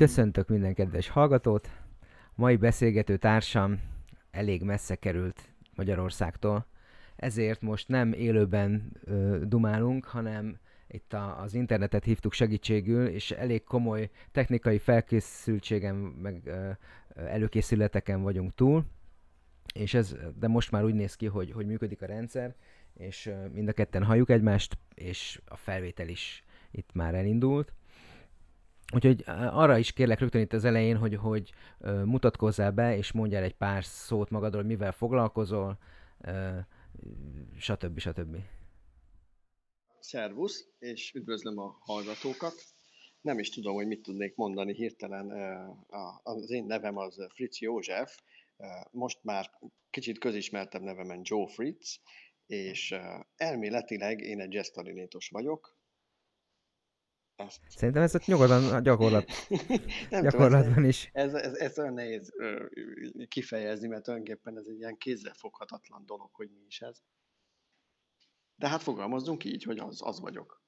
Köszöntök minden kedves hallgatót! Mai beszélgető társam elég messze került Magyarországtól, ezért most nem élőben dumálunk, hanem itt az internetet hívtuk segítségül, és elég komoly technikai felkészültségen, meg előkészületeken vagyunk túl, de most már úgy néz ki, hogy működik a rendszer, és mind a ketten halljuk egymást, és a felvétel is itt már elindult. Úgyhogy arra is kérlek rögtön itt az elején, hogy mutatkozzál be, és mondjál egy pár szót magadról, mivel foglalkozol, ö, stb. Szervusz, és üdvözlöm a hallgatókat. Nem is tudom, hogy mit tudnék mondani hirtelen. Az én nevem az Fritz József, most már kicsit közismertebb nevemen Joe Fritz, és elméletileg én egy jazzklarinétos vagyok. Ezt... Szerintem ez ott nyugodtan a Nem tudom, gyakorlatban is. ez olyan nehéz kifejezni, mert tulajdonképpen ez egy ilyen kézzelfoghatatlan dolog, hogy mi is ez. De hát fogalmazzunk így, hogy az vagyok.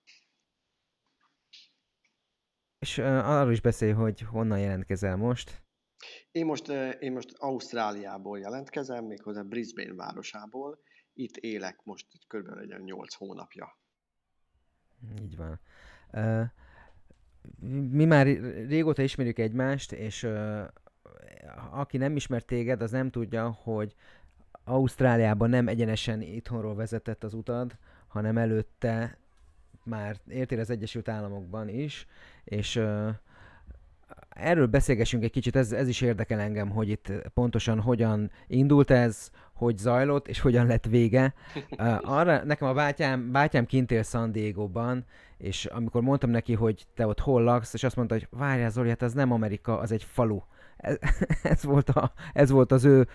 És arról is beszélj, hogy honnan jelentkezel most. Én most Ausztráliából jelentkezem, méghozzá Brisbane városából. Itt élek most kb. Egy 8 hónapja. Így van. Ö, Mi már régóta ismerjük egymást, és aki nem ismert téged, az nem tudja, hogy Ausztráliában nem egyenesen itthonról vezetett az utad, hanem előtte már értél az Egyesült Államokban is, és erről beszélgessünk egy kicsit, ez is érdekel engem, hogy itt pontosan hogyan indult ez, hogy zajlott, és hogyan lett vége. Arra nekem a bátyám kint él San Diego-ban, és amikor mondtam neki, hogy te ott hol laksz, és azt mondta, hogy várjál Zoli, hát ez nem Amerika, az egy falu. Ez, ez volt az ő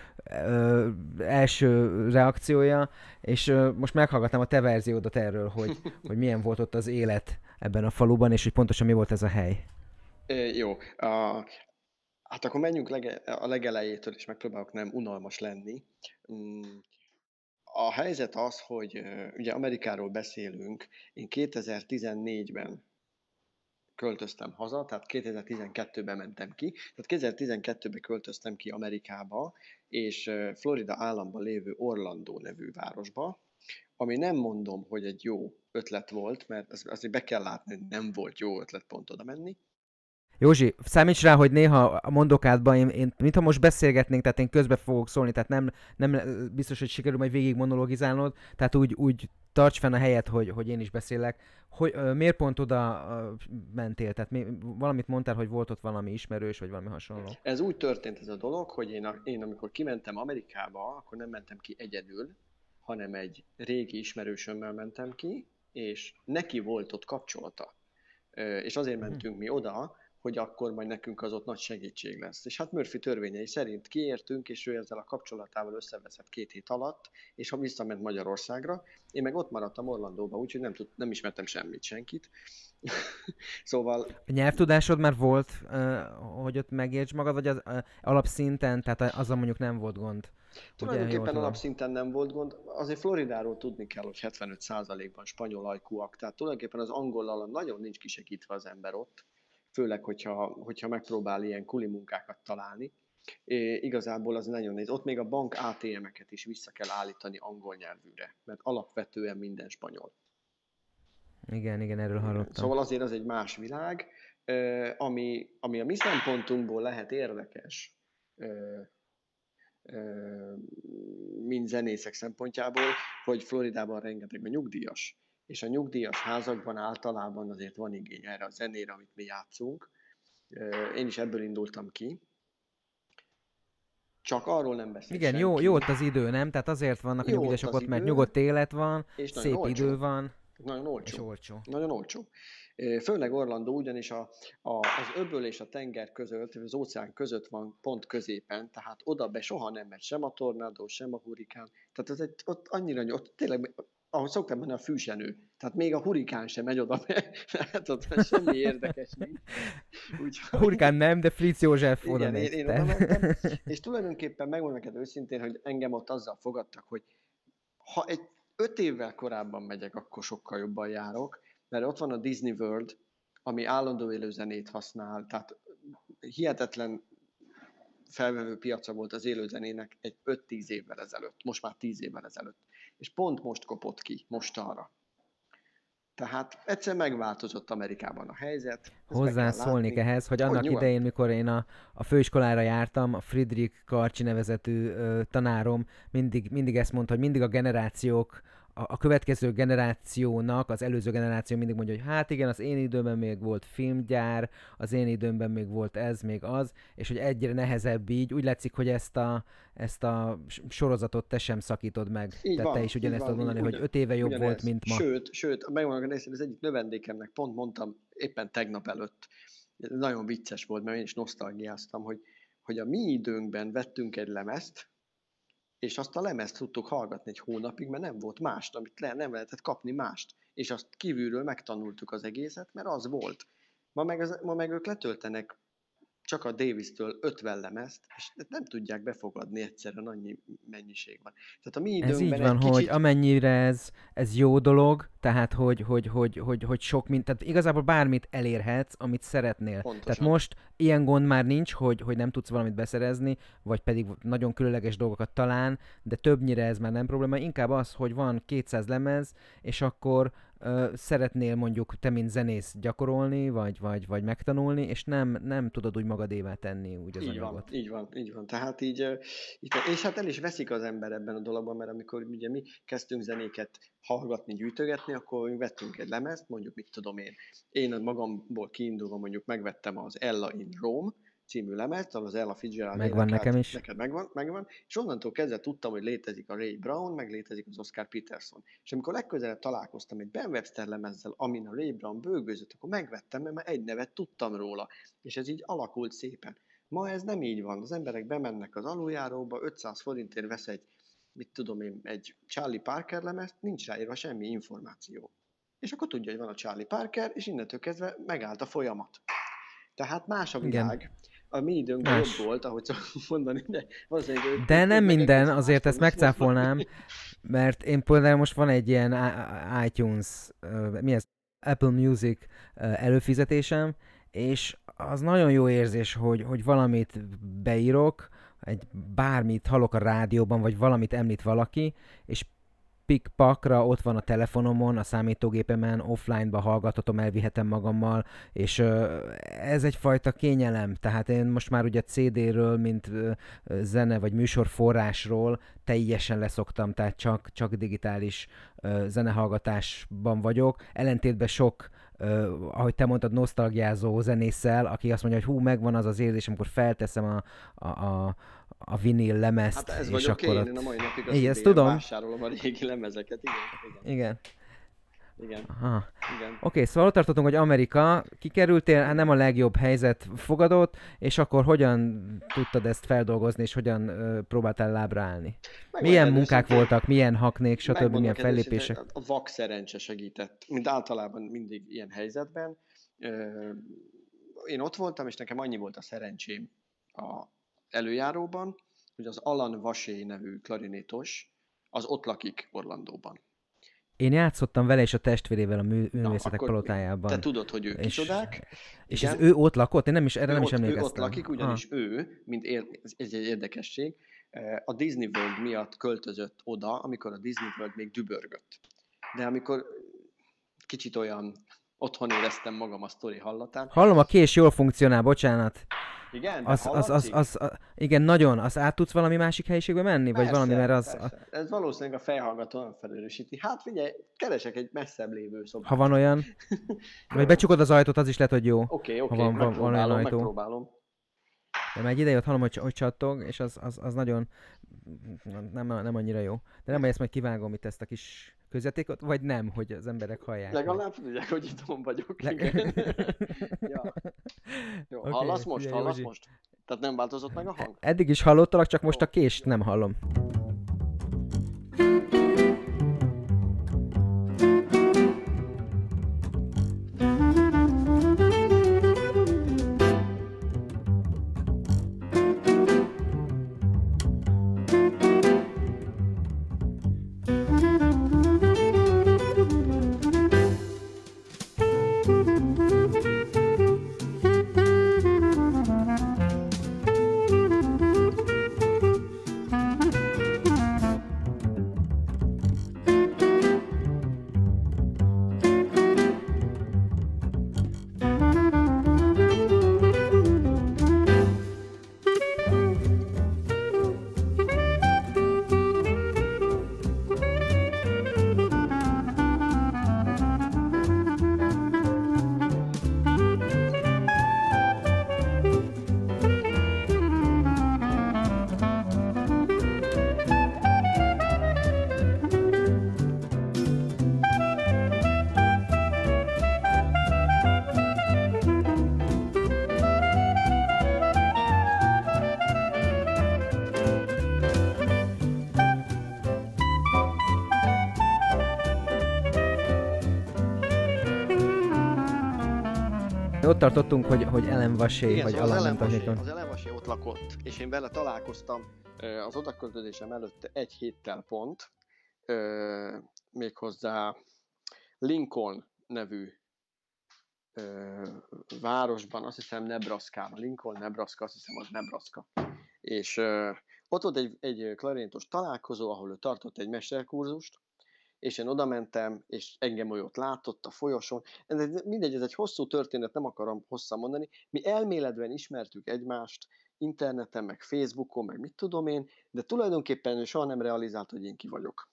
első reakciója, és most meghallgattam a te verziódat erről, hogy milyen volt ott az élet ebben a faluban, és hogy pontosan mi volt ez a hely. Jó, hát akkor menjünk a legelejétől, és megpróbálok nem unalmas lenni. Mm, A helyzet az, hogy ugye Amerikáról beszélünk, én 2014-ben költöztem haza, tehát 2012-ben mentem ki. Tehát 2012-ben költöztem ki Amerikába, és Florida államban lévő Orlando nevű városba, ami nem mondom, hogy egy jó ötlet volt, mert azért be kell látni, hogy nem volt jó ötlet pont oda menni. Józsi, számíts rá, hogy néha a mondokádban mintha most beszélgetnénk, tehát én közbe fogok szólni, tehát nem biztos, hogy sikerül majd végig monologizálnod, tehát úgy tarts fenn a helyet, hogy én is beszélek. Miért pont oda mentél? Tehát valamit mondtál, hogy volt ott valami ismerős, vagy valami hasonló. Ez úgy történt ez a dolog, hogy én amikor kimentem Amerikába, akkor nem mentem ki egyedül, hanem egy régi ismerősömmel mentem ki, és neki volt ott kapcsolata. És azért Mhm. mentünk mi oda, hogy akkor majd nekünk az ott nagy segítség lesz. És hát Murphy törvényei szerint kiértünk, és ő ezzel a kapcsolatával összeveszett 2 hét alatt, és ha visszament Magyarországra, én meg ott maradtam Orlandóba, úgyhogy nem ismertem semmit, senkit. Szóval A nyelvtudásod már volt, hogy ott megérts magad, vagy az alapszinten, tehát azzal mondjuk nem volt gond. Ugye, jól tulajdonképpen tudom. alapszinten nem volt gond. Azért Floridáról tudni kell, hogy 75%-ban spanyol ajkúak, tehát tulajdonképpen az angollal nagyon nincs kisegítve az ember ott, főleg, hogyha megpróbál ilyen kuli munkákat találni. Igazából az nagyon néz. Ott még a bank ATM-eket is vissza kell állítani angol nyelvűre, mert alapvetően minden spanyol. Igen, igen, erről hallottam. Szóval azért az egy más világ, ami a mi szempontunkból lehet érdekes, mint zenészek szempontjából, hogy Floridában rengeteg a nyugdíjas. És a nyugdíjas házakban általában azért van igény erre a zenére, amit mi játszunk. Én is ebből indultam ki. Csak arról nem beszél Igen, senki. jó ott az idő, nem? Tehát azért vannak a Jó ott nyugdíjasok az ott, mert idő, nyugodt élet van, és nagyon szép idő olcsó. van, Nagyon és olcsó. olcsó. Nagyon olcsó. Főleg Orlando, ugyanis az öböl és a tenger között, az óceán között van pont középen, tehát oda be soha nem megy sem a tornádó, sem a hurikán. Tehát ott annyira, ott tényleg, ahogy szoktam mondani, a fűsenő. Tehát még a hurikán sem megy oda be, mert ott semmi érdekes nincs. A Úgyhogy hurikán nem, de Fritz József oda igen, megy. én oda mentem, és tulajdonképpen megmondom neked őszintén, hogy engem ott azzal fogadtak, hogy ha egy 5 évvel korábban megyek, akkor sokkal jobban járok, mert ott van a Disney World, ami állandó élőzenét használ, tehát hihetetlen felvevő piaca volt az élőzenének egy 5-10 évvel ezelőtt, most már 10 évvel ezelőtt. És pont most kopott ki, mostanra. Tehát egyszer megváltozott Amerikában a helyzet. Hozzászólnék ehhez, hogy annak idején, mikor én a főiskolára jártam, a Friedrich Karcsi nevezetű tanárom mindig ezt mondta, hogy mindig a generációk, a következő generációnak, az előző generáció mindig mondja, hogy hát igen, az én időmben még volt filmgyár, az én időmben még volt ez, még az, és hogy egyre nehezebb így. Úgy látszik, hogy ezt a sorozatot te sem szakítod meg. Így Tehát van, te is ugyanezt tudod mondani, hogy 5 éve jobb volt, mint ma. Sőt, megmondom, hogy az egyik növendékemnek pont mondtam éppen tegnap előtt, nagyon vicces volt, mert én is nosztalgiáztam, hogy a mi időnkben vettünk egy lemezt, és azt a lemezt tudtuk hallgatni egy hónapig, mert nem volt mást, amit nem lehetett kapni mást. És azt kívülről megtanultuk az egészet, mert az volt. Ma meg ők letöltenek csak a Davis-től 50 lemezt, és nem tudják befogadni egyszerűen, annyi mennyiség van. Tehát a mi időnkben ez így van, kicsit... hogy amennyire ez jó dolog, tehát hogy sok tehát igazából bármit elérhetsz, amit szeretnél. Pontosan. Tehát most ilyen gond már nincs, hogy nem tudsz valamit beszerezni, vagy pedig nagyon különleges dolgokat talán, de többnyire ez már nem probléma. Inkább az, hogy van 200 lemez, és akkor szeretnél mondjuk te, mint zenész gyakorolni, vagy megtanulni, és nem tudod úgy magadévá tenni úgy az anyagot. Így van. Tehát így és hát el is veszik az ember ebben a dologban, mert amikor ugye mi kezdtünk zenéket hallgatni, gyűjtögetni, akkor vettünk egy lemezt, mondjuk mit tudom én magamból kiindulva mondjuk megvettem az Ella in Rome című lemezt, az Ella Fitzgerald megvan nekem is. Neked megvan, és onnantól kezdve tudtam, hogy létezik a Ray Brown, meg létezik az Oscar Peterson. És amikor legközelebb találkoztam egy Ben Webster lemezzel, amin a Ray Brown bőgőzött, akkor megvettem, mert már egy nevet tudtam róla. És ez így alakult szépen. Ma ez nem így van. Az emberek bemennek az aluljáróba, 500 forintért vesz egy Charlie Parker lemezt, nincs ráírva semmi információ. És akkor tudja, hogy van a Charlie Parker, és innentől kezdve megállt a folyamat. Tehát más a világ. Igen. A mi időnkben jobb volt, ahogy szoktam mondani, de valószínűleg... De nem minden, azért ezt megcáfolnám, mert én például most van egy ilyen iTunes, Apple Music előfizetésem, és az nagyon jó érzés, hogy valamit beírok, bármit hallok a rádióban, vagy valamit említ valaki, és pikpakra ott van a telefonomon, a számítógépemen, offline-ba hallgathatom, elvihetem magammal, és ez egyfajta kényelem. Tehát én most már ugye CD-ről, mint zene vagy műsorforrásról teljesen leszoktam, tehát csak digitális zenehallgatásban vagyok. Ellentétben sok, ahogy te mondtad, nosztalgiázó zenésszel, aki azt mondja, hogy megvan az az érzés, amikor felteszem a vinil lemezt. Hát ez vagyok akkor én a mai napig az idén vásárolom a régi lemezeket. Igen. Oké, szóval ott tartottunk, hogy Amerika, kikerültél, hát nem a legjobb helyzet fogadott, és akkor hogyan tudtad ezt feldolgozni, és hogyan próbáltál lábra állni? Milyen munkák voltak, milyen haknék, stb. Milyen fellépések? A vak szerencse segített, mint általában mindig ilyen helyzetben. Én ott voltam, és nekem annyi volt a szerencsém a előjáróban, hogy az Alan Vasé nevű klarinétos, az ott lakik Orlandóban. Én játszottam vele és a testvérével a művészetek palotájában. Te tudod, hogy ők kicsodák. És ez ő ott lakott? Én erre nem is emlékeztem. Ő ott lakik, ugyanis ő, ez egy érdekesség, a Disney World miatt költözött oda, amikor a Disney World még dübörgött. De amikor kicsit olyan otthon éreztem magam a sztori hallatán. Hallom, a kés jól funkcionál, bocsánat. Igen, igen, nagyon. Az át tudsz valami másik helyiségbe menni? Persze, vagy valami, mert az... Persze. Ez valószínűleg a fejhallgató nem felelősíti. Hát figyelj, keresek egy messzebb lévő szobát. Ha van olyan, vagy becsukod az ajtót, az is lehet, hogy jó. Oké, megpróbálom. De már egy ideje ott hallom, hogy csattog, és az nagyon nem annyira jó. De nem, hogy ezt majd kivágom itt ezt a kis közjátékot, vagy nem, hogy az emberek hallják. Legalább tudják, hogy itthon vagyok. Igen. Ja. Jó, okay, hallasz most? Tehát nem változott meg a hang? Eddig is hallottalak, csak most a kést nem hallom. ott tartottunk, hogy Ellen Vasé, Igen, vagy szóval Alan, nem tudom, Az Ellen Vasé ott lakott, és én vele találkoztam az odaköltözésem előtt egy héttel pont, méghozzá Lincoln nevű városban, azt hiszem Nebraskában, Lincoln, Nebraska, azt hiszem az Nebraska. És ott volt egy klarinétos találkozó, ahol ő tartott egy mesterkurzust, és én oda mentem, és engem ott látott a folyosón. Mindegy, ez egy hosszú történet, nem akarom hosszan mondani. Mi elméletben ismertük egymást, interneten, meg Facebookon, meg mit tudom én, de tulajdonképpen ő soha nem realizált, hogy én ki vagyok.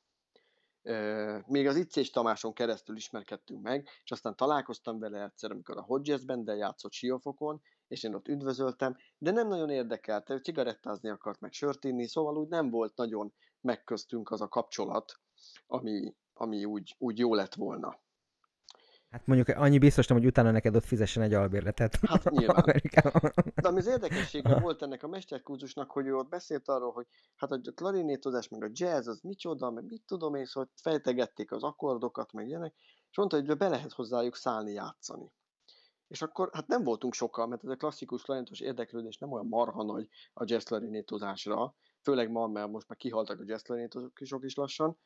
Még az Icés Tamáson keresztül ismerkedtünk meg, és aztán találkoztam vele egyszer, amikor a Hot Jazz Banddel játszott Siófokon, és én ott üdvözöltem, de nem nagyon érdekelt, cigarettázni akart, meg sört inni, szóval úgy nem volt nagyon megköztünk az a kapcsolat, ami úgy jó lett volna. Hát mondjuk annyi biztos nem, hogy utána neked ott fizessen egy albérletet. Hát nyilván. De ami az érdekessége volt ennek a mesterkurzusnak, hogy ő ott beszélt arról, hogy hát a klarinétozás, meg a jazz, az micsoda, meg mit tudom én, szóval fejtegették az akkordokat, meg ilyenek, és mondta, hogy be lehet hozzájuk szállni, játszani. És akkor hát nem voltunk sokan, mert ez a klasszikus klarinétos érdeklődés nem olyan marha nagy a jazz klarinétozásra, főleg ma, mert most már kihaltak a jazz klarinétosok is lassan.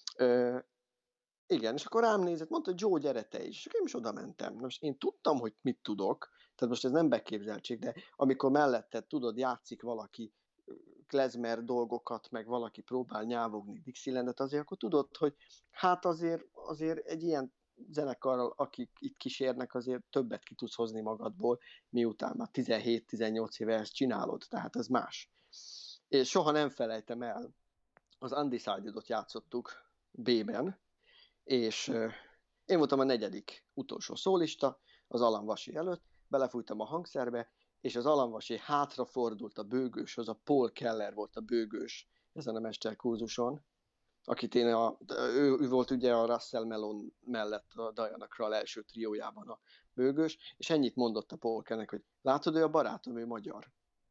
Igen, és akkor rám nézett, mondta, hogy Joe, gyere te is. És akkor én is oda mentem. Most én tudtam, hogy mit tudok, tehát most ez nem beképzeltség, de amikor melletted, tudod, játszik valaki klezmer dolgokat, meg valaki próbál nyávogni Dixielandet, azért akkor tudod, hogy hát azért egy ilyen zenekarral, akik itt kísérnek, azért többet ki tudsz hozni magadból, miután már 17-18 éve ezt csinálod, tehát ez más. És soha nem felejtem el, az Undecided-ot játszottuk B-ben, és én voltam a negyedik utolsó szólista az Alan Vasé előtt, belefújtam a hangszerbe, és az Alan Vasé hátrafordult a bőgőshöz, a Paul Keller volt a bőgős ezen a mesterkurzuson, akit ő volt ugye a Russell Mellon mellett a Diana Krall első triójában a bőgős, és ennyit mondott a Paul Kellernek, hogy látod, ő a barátom, ő magyar.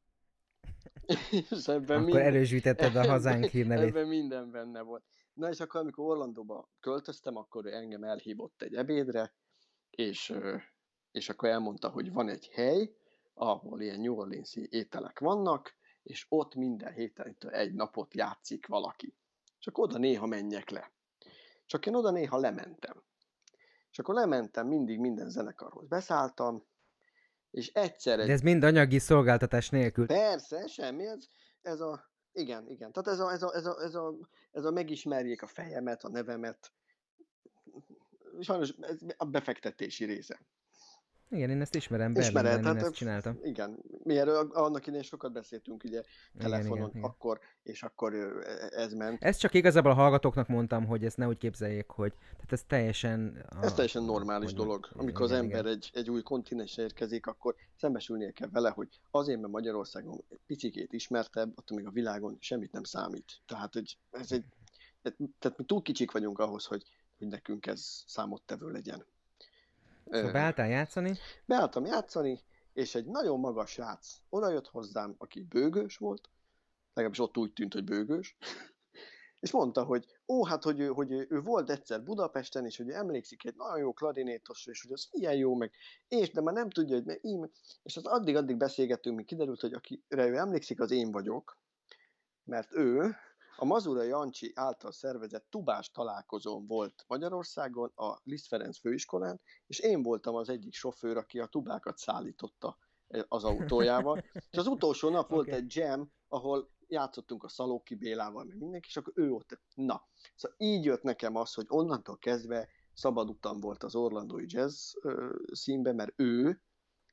És Akkor erősítetted a hazánk hírnevét. Ebben minden benne volt. Na és akkor, amikor Orlandóba költöztem, akkor ő engem elhívott egy ebédre, és akkor elmondta, hogy van egy hely, ahol ilyen New Orleans-i ételek vannak, és ott minden héten egy napot játszik valaki. És akkor oda néha menjek le. Csak én oda néha lementem. És akkor lementem, mindig minden zenekarhoz beszálltam, és egyszer De ez mind anyagi szolgáltatás nélkül. Persze, semmi, igen. Tehát ez a megismerjék a fejemet, a nevemet. Sajnos ez a befektetési része. Igen, én ezt ismerem, Ismered, Berlinben én ezt csináltam. Igen, annak idején sokat beszéltünk ugye telefonon, igen. Akkor, és akkor ez ment. Ezt csak igazából a hallgatóknak mondtam, hogy ezt nehogy képzeljék, hogy tehát ez teljesen... Ez teljesen normális dolog. Amikor az ember egy új kontinensre érkezik, akkor szembesülnie kell vele, hogy azért, mert Magyarországon egy picikét ismertebb, attól még a világon semmit nem számít. Tehát tehát mi túl kicsik vagyunk ahhoz, hogy nekünk ez számottevő legyen. Szóval beálltál játszani? Beálltam játszani, és egy nagyon magas srác odajött hozzám, aki bőgős volt, legalábbis ott úgy tűnt, hogy bőgős, és mondta, hogy hogy ő volt egyszer Budapesten, és hogy emlékszik egy nagyon jó klarinétosra, és hogy az ilyen jó, meg, de már nem tudja, hogy és az addig beszélgettünk, még kiderült, hogy akire ő emlékszik, az én vagyok, mert ő a Mazura Jancsi által szervezett tubás találkozón volt Magyarországon, a Liszt Ferenc főiskolán, és én voltam az egyik sofőr, aki a tubákat szállította az autójával. És az utolsó nap volt egy jam, ahol játszottunk a Szalóki Bélával, meg mindenki, és akkor ő ott. Na, szóval így jött nekem az, hogy onnantól kezdve szabad utam volt az orlandói jazz színbe, mert ő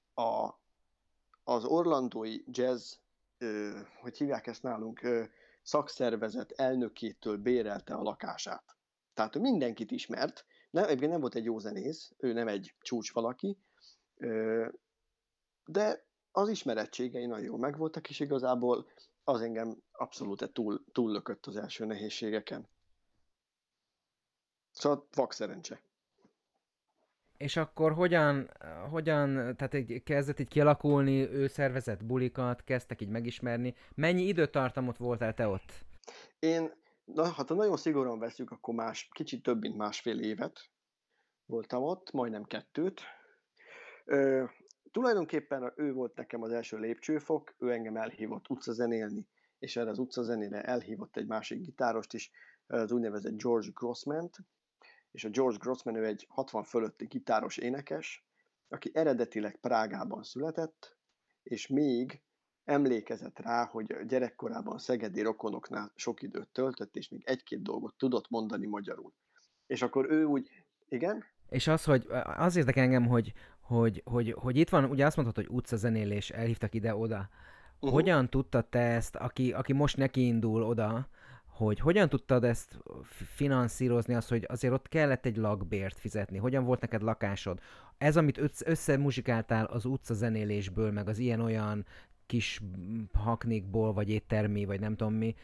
az orlandói jazz, hogy hívják ezt nálunk, szakszervezet elnökétől bérelte a lakását. Tehát ő mindenkit ismert, egyébként nem volt egy jó zenész, ő nem egy csúcs valaki, de az ismerettségei nagyon jól megvoltak, és igazából az engem abszolút túllökött az első nehézségeken. Szóval vak szerencse. És akkor hogyan tehát kezdett így kialakulni, ő szervezett bulikat, kezdtek így megismerni. Mennyi időtartamot voltál te ott? Ha nagyon szigorúan veszük, akkor kicsit több, mint másfél évet voltam ott, majdnem 2. tulajdonképpen ő volt nekem az első lépcsőfok, ő engem elhívott utcazenélni, és erre az utcazenére elhívott egy másik gitárost is, az úgynevezett George Grossman-t, és a George Grossman ő egy 60 fölötti gitáros énekes, aki eredetileg Prágában született, és még emlékezett rá, hogy gyerekkorában szegedi rokonoknál sok időt töltött, és még egy-két dolgot tudott mondani magyarul. És akkor ő úgy, igen? És az érdekel engem, hogy itt van, ugye azt mondtad, hogy utcazenélés, elhívtak ide-oda. Hogyan tudtad te ezt, aki most neki indul oda, hogy hogyan tudtad ezt finanszírozni, azt, hogy azért ott kellett egy lakbért fizetni, hogyan volt neked lakásod? Ez, amit összemuzsikáltál az utcazenélésből, meg az ilyen-olyan kis haknikból, vagy éttermi, vagy nem tudom mi,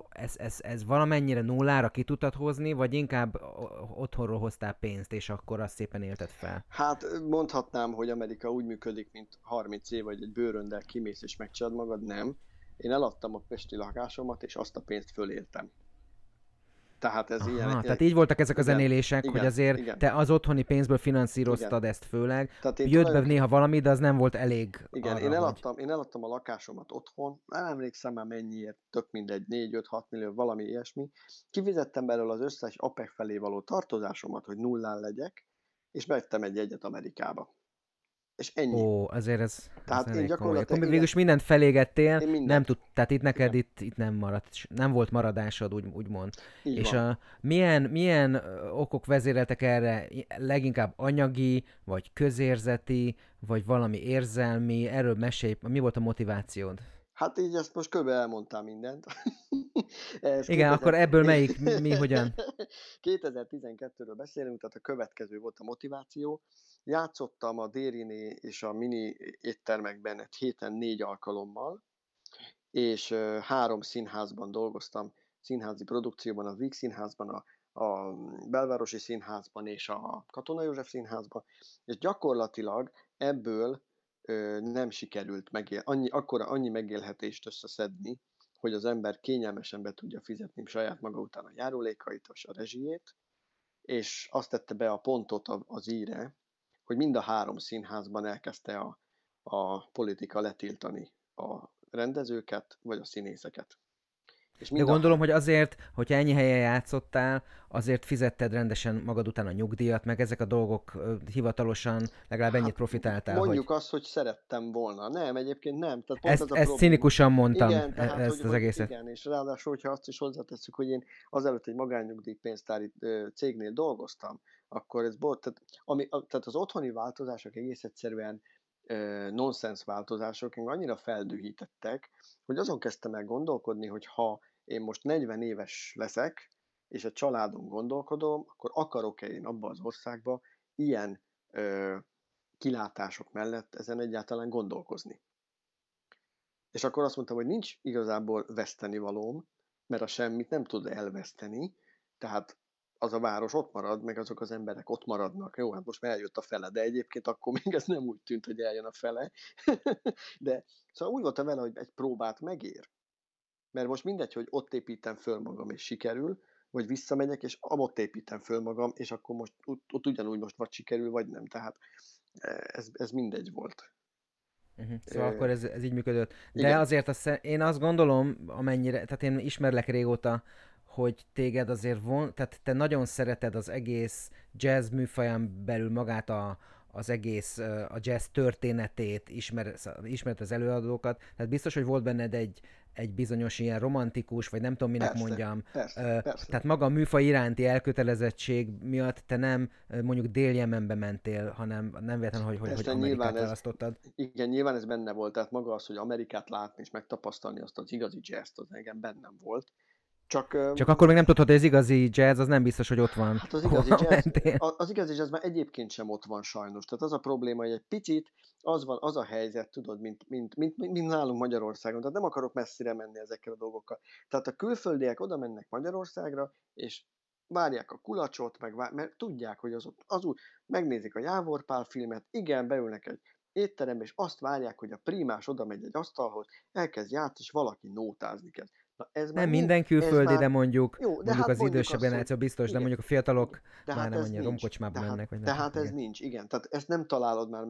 ez valamennyire nullára ki tudtad hozni, vagy inkább otthonról hoztál pénzt, és akkor azt szépen élted fel? Hát mondhatnám, hogy Amerika úgy működik, mint 30 év, vagy egy bőröndel kimész és megcsinálod magad, nem. Én eladtam a pesti lakásomat, és azt a pénzt föléltem. Tehát ez Aha, tehát így voltak ezek a zenélések, hogy azért igen. te az otthoni pénzből finanszíroztad Igen. ezt főleg. Tehát Jött be néha valami, de az nem volt elég igen, arra, én eladtam a lakásomat otthon, nem emlékszem már mennyiért, tök mindegy, 4-5-6 millió, valami ilyesmi. Kifizettem belőle az összes APEC felé való tartozásomat, hogy nullán legyek, és vettem egy jegyet Amerikába. És ennyi. Ó, azért ez Tehát én elég komoly. gyakorlatilag... Akkor végülis mindent felégettél, Én mindent. nem tud, tehát itt neked itt nem maradt, nem volt maradásod, úgymond. Így És van. milyen okok vezéreltek erre? Leginkább anyagi, vagy közérzeti, vagy valami érzelmi? Erről mesélj, mi volt a motivációd? Hát így ezt most kb. Elmondtam mindent. Ez Igen, akkor ebből melyik, hogyan? 2012-ről beszélünk, tehát a következő volt a motiváció. Játszottam a Dériné és a mini éttermekben egy héten 4 alkalommal, és 3 színházban dolgoztam, színházi produkcióban, a Víg Színházban, a Belvárosi Színházban és a Katona József Színházban, és gyakorlatilag ebből nem sikerült annyi megélhetést összeszedni, hogy az ember kényelmesen be tudja fizetni saját maga után a járulékait, a rezsijét, és azt tette be a pontot az íre, hogy mind a 3 színházban elkezdte a politika letiltani a rendezőket, vagy a színészeket. És De gondolom, hogy azért, hogyha ennyi helyen játszottál, azért fizetted rendesen magad után a nyugdíjat, meg ezek a dolgok hivatalosan legalább ennyit profitáltál. Mondjuk azt, hogy szerettem volna. Nem, egyébként nem. Tehát pont ezt cinikusan mondtam, igen, tehát, ezt az egészet. Igen, és ráadásul, hogyha azt is hozzátesszük, hogy én azelőtt egy magánnyugdíjpénztári cégnél dolgoztam, akkor ez volt, tehát az otthoni változások egész egyszerűen nonsens változások annyira feldühítettek, hogy azon kezdtem el gondolkodni, hogy ha én most 40 éves leszek, és a családon gondolkodom, akkor akarok-e én abba az országba ilyen kilátások mellett ezen egyáltalán gondolkozni. És akkor azt mondtam, hogy nincs igazából vesztenivalóm, mert a semmit nem tud elveszteni, tehát az a város ott marad, meg azok az emberek ott maradnak. Jó, hát most már eljött a fele, de egyébként akkor még ez nem úgy tűnt, hogy eljön a fele. De szóval úgy voltam vele, hogy egy próbát megér. Mert most mindegy, hogy ott építem föl magam, és sikerül, vagy visszamegyek, és ott építem föl magam, és akkor most ott ugyanúgy most vagy sikerül, vagy nem. Tehát ez mindegy volt. Szóval akkor ez így működött. De igen. azért én azt gondolom, amennyire, tehát én ismerlek régóta, hogy téged azért tehát te nagyon szereted az egész jazz műfaján belül magát az egész a jazz történetét, ismered az előadókat, tehát biztos, hogy volt benned egy bizonyos ilyen romantikus, vagy nem tudom minek persze, mondjam. Persze. Tehát maga a műfaj iránti elkötelezettség miatt te nem mondjuk Dél-Jemenbe mentél, hanem nem véletlenül, hogy Amerikát választottad. Igen, nyilván ez benne volt, tehát maga az, hogy Amerikát látni és megtapasztalni azt az igazi jazzt, az engem bennem volt. Csak akkor még nem tudod, hogy az igazi jazz, az nem biztos, hogy ott van. Hát az igazi jazz már egyébként sem ott van sajnos. Tehát az a probléma, hogy egy picit az a helyzet, tudod, mint nálunk Magyarországon. Tehát nem akarok messzire menni ezekkel a dolgokkal. Tehát a külföldiek oda mennek Magyarországra, és várják a kulacsot, mert tudják, hogy az úgy megnézik a Jávor Pál filmet, igen, beülnek egy étterembe, és azt várják, hogy a prímás oda megy egy asztalhoz, elkezd játszani, és valaki nótázni kezd. Nem minden külföldi, de mondjuk hát az idősebb generáció biztos, igen. De mondjuk a fiatalok de már hát nem annyira romkocsmába mennek. Vagy ez nincs, igen. Tehát ezt nem találod már meg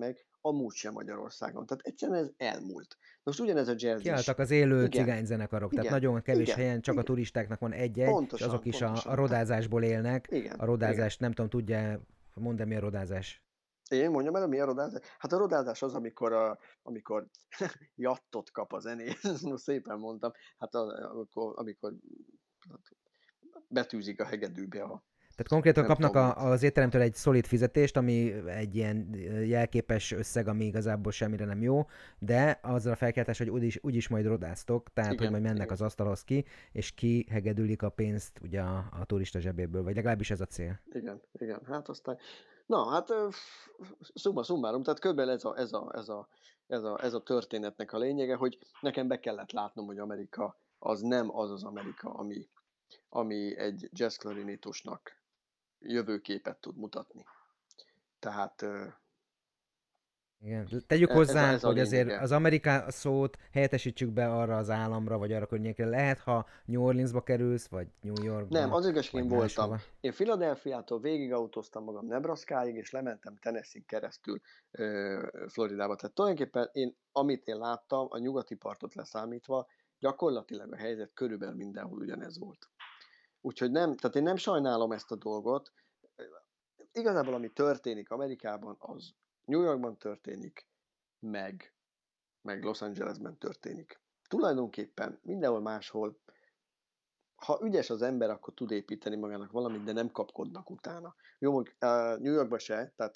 amúgy sem Magyarországon. Tehát egyszerűen ez elmúlt. Most ugyanez a jazz is. Kiálltak az élő Igen, cigányzenekarok, tehát igen, nagyon kevés igen, helyen csak a igen. turistáknak van egy-egy, és azok Pontosan, is a pontosan. Tehát rodázásból élnek. A igen, igen. rodázást nem tudom, tudja, mondd, mi a rodázás. Én mondjam el, mi a rodázás? Hát a rodázás az, amikor jattot kap a zenész, most szépen mondtam, hát amikor betűzik a hegedűbe a, Tehát konkrétan nem kapnak tudom mit. az étteremtől egy szolid fizetést, ami egy ilyen jelképes összeg, ami igazából semmire nem jó, de azzal a felkeltés, hogy úgyis majd rodáztok, tehát hogy Igen, majd mennek igen, az asztalhoz ki, és kihegedülik a pénzt ugye a turista zsebéből, vagy legalábbis ez a cél. igen, igen. Hát aztán, na, hát summa summarum, tehát körülbelül ez a történetnek a lényege, hogy nekem be kellett látnom, hogy Amerika az nem az az Amerika, ami egy jazzklarinétusnak jövőképet tud mutatni. Tehát Igen. Tegyük ez a, hozzá, ez a hogy azért lényege. az Amerika szót helyettesítsük be arra az államra, vagy arra környékre. Lehet, ha New Orleansba kerülsz, vagy New Nem, Yorkba, az igaz, vagy én voltam. máshova. Én Philadelphiától végigautóztam magam Nebraskáig, és lementem Tennessee keresztül Floridába. Tehát tulajdonképpen amit én láttam, a nyugati partot leszámítva, gyakorlatilag a helyzet körülbelül mindenhol ugyanez volt. Úgyhogy tehát én nem sajnálom ezt a dolgot. Igazából ami történik Amerikában, az New Yorkban történik, meg Los Angelesben történik. Tulajdonképpen mindenhol máshol, ha ügyes az ember, akkor tud építeni magának valamit, de nem kapkodnak utána. Jó, New Yorkban se, tehát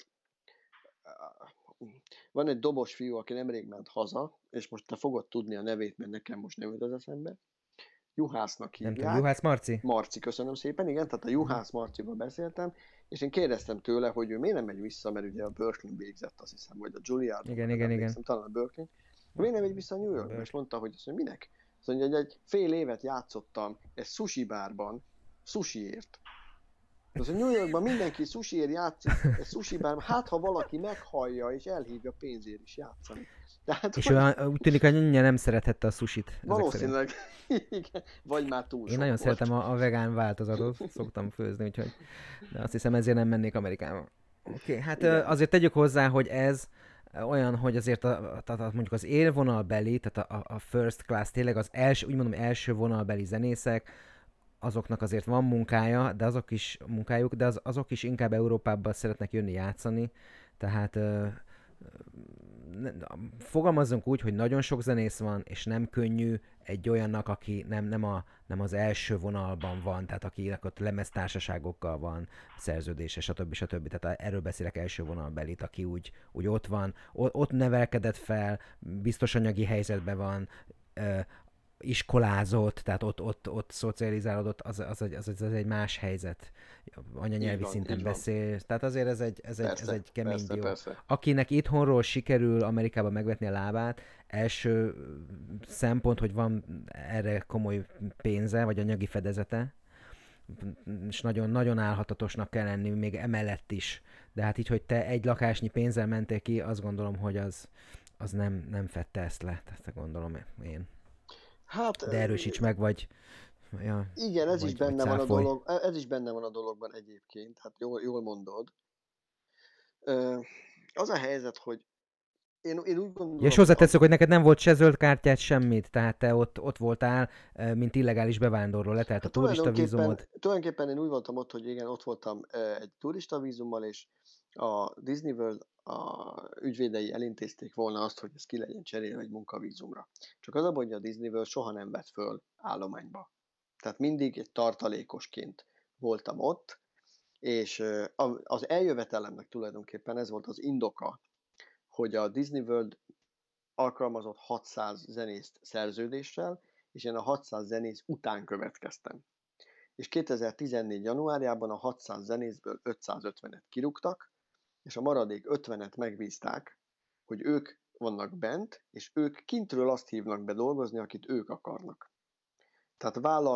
van egy dobos fiú, aki nemrég ment haza, és most te fogod tudni a nevét, mert nekem most nem jut az eszembe. Juhásznak Nem tudom, hívják. Juhász Marci? Marci, köszönöm szépen, igen, tehát a Uh-huh. Juhász Marcival beszéltem, és én kérdeztem tőle, hogy ő miért nem megy vissza, mert ugye a Berkeley végzett, azt hiszem, vagy a Juilliardon, Igen, nem igen, igen. emlékszem, talán a Berkeley. Miért nem megy vissza New Yorkba? És mondta, hogy azt mondja, minek? Azt mondja, hogy egy fél évet játszottam egy sushi bárban, sushiért. Az a New Yorkban mindenki sushiért játszik, egy sushi bárban, hát ha valaki meghallja és elhívja pénzért is játszani. Tehát, És hogy ő úgy tűnik, hogy annyira nem szerethette a sushit, ezek szerint. valószínűleg, igen, vagy már túl Én sok nagyon volt. szeretem a vegán változatot, szoktam főzni, úgyhogy de azt hiszem ezért nem mennék Amerikába. Oké, hát Igen. azért tegyük hozzá, hogy ez olyan, hogy azért mondjuk az élvonalbeli, tehát a first class, tényleg az első, úgy mondom, első vonalbeli zenészek, azoknak azért van munkája, de azok is munkájuk, de azok is inkább Európába szeretnek jönni játszani, tehát fogalmazzunk úgy, hogy nagyon sok zenész van, és nem könnyű egy olyannak, aki nem az első vonalban van, tehát akinek ott lemeztársaságokkal van szerződése, stb. Tehát erről beszélek első vonalbelit, aki úgy ott van, ott nevelkedett fel, biztos anyagi helyzetben van, iskolázott, tehát ott szocializálódott, az egy más helyzet. Anyanyelvi szinten Így van. beszél, tehát azért ez egy kemény persze, dió. persze. Akinek itthonról sikerül Amerikába megvetni a lábát, első szempont, hogy van erre komoly pénze, vagy anyagi fedezete, és nagyon-nagyon állhatatosnak kell lenni, még emellett is. De hát így, hogy te egy lakásnyi pénzzel mentél ki, azt gondolom, hogy az nem fedte ezt le, tehát gondolom én. Hát De erősíts meg, ja, igen, ez is vagy benne van a cáfolj. dolog, ez is benne van a dologban egyébként, hát jól mondod. Ö, Az a helyzet, hogy én úgy Ja, és gondolom, hogy hozzáteszek, hogy neked nem volt se zöld kártyát, semmit, tehát te ott voltál, mint illegális bevándorló, letelt a hát turista vízumod. tulajdonképpen én úgy voltam ott, hogy igen, ott voltam egy turista vízummal, és a Disney World ügyvédei elintézték volna azt, hogy ez ki legyen cserélve egy munkavízumra. Csak az a baj, hogy a Disney World soha nem vett föl állományba. Tehát mindig egy tartalékosként voltam ott, és az eljövetelemnek tulajdonképpen ez volt az indoka, hogy a Disney World alkalmazott 600 zenészt szerződéssel, és én a 600 zenész után következtem. És 2014. januárjában a 600 zenészből 550-et kirúgtak, és a maradék 50-et megbízták, hogy ők vannak bent, és ők kintről azt hívnak be dolgozni, akit ők akarnak. Tehát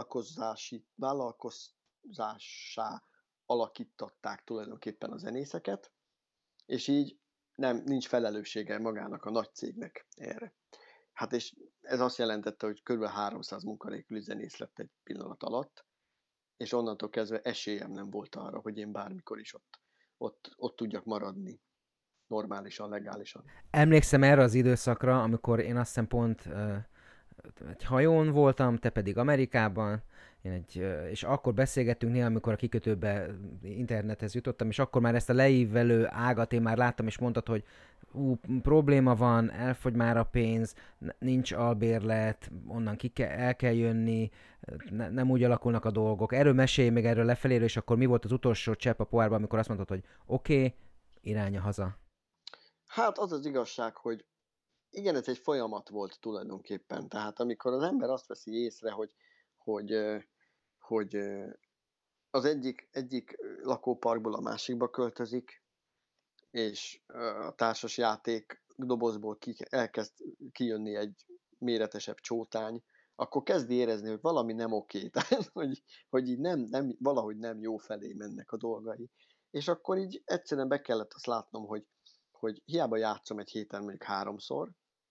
vállalkozássá alakították tulajdonképpen a zenészeket, és így nincs felelőssége magának a nagy cégnek erre. Hát és ez azt jelentette, hogy kb. 300 munkanélküli zenész lett egy pillanat alatt, és onnantól kezdve esélyem nem volt arra, hogy én bármikor is ott tudjak maradni. normálisan, legálisan. Emlékszem erre az időszakra, amikor én azt hiszem pont egy hajón voltam, te pedig Amerikában, és akkor beszélgettünk néha, amikor a kikötőbe internethez jutottam, és akkor már ezt a leívelő ágat én már láttam, és mondtad, hogy probléma van, elfogy már a pénz, nincs albérlet, onnan el kell jönni, nem úgy alakulnak a dolgok. Erről mesélj még erről lefeléről, és akkor mi volt az utolsó csepp a pohárban, amikor azt mondtad, hogy oké, irány a haza. Hát az az igazság, hogy igen, ez egy folyamat volt tulajdonképpen. Tehát amikor az ember azt veszi észre, hogy, hogy az egyik lakóparkból a másikba költözik, és a társas játék dobozból elkezd kijönni egy méretesebb csótány, akkor kezdi érezni, hogy valami nem oké, tehát hogy így valahogy nem jó felé mennek a dolgai. És akkor így egyszerűen be kellett azt látnom, hogy hiába játszom egy héten mondjuk 3-szor,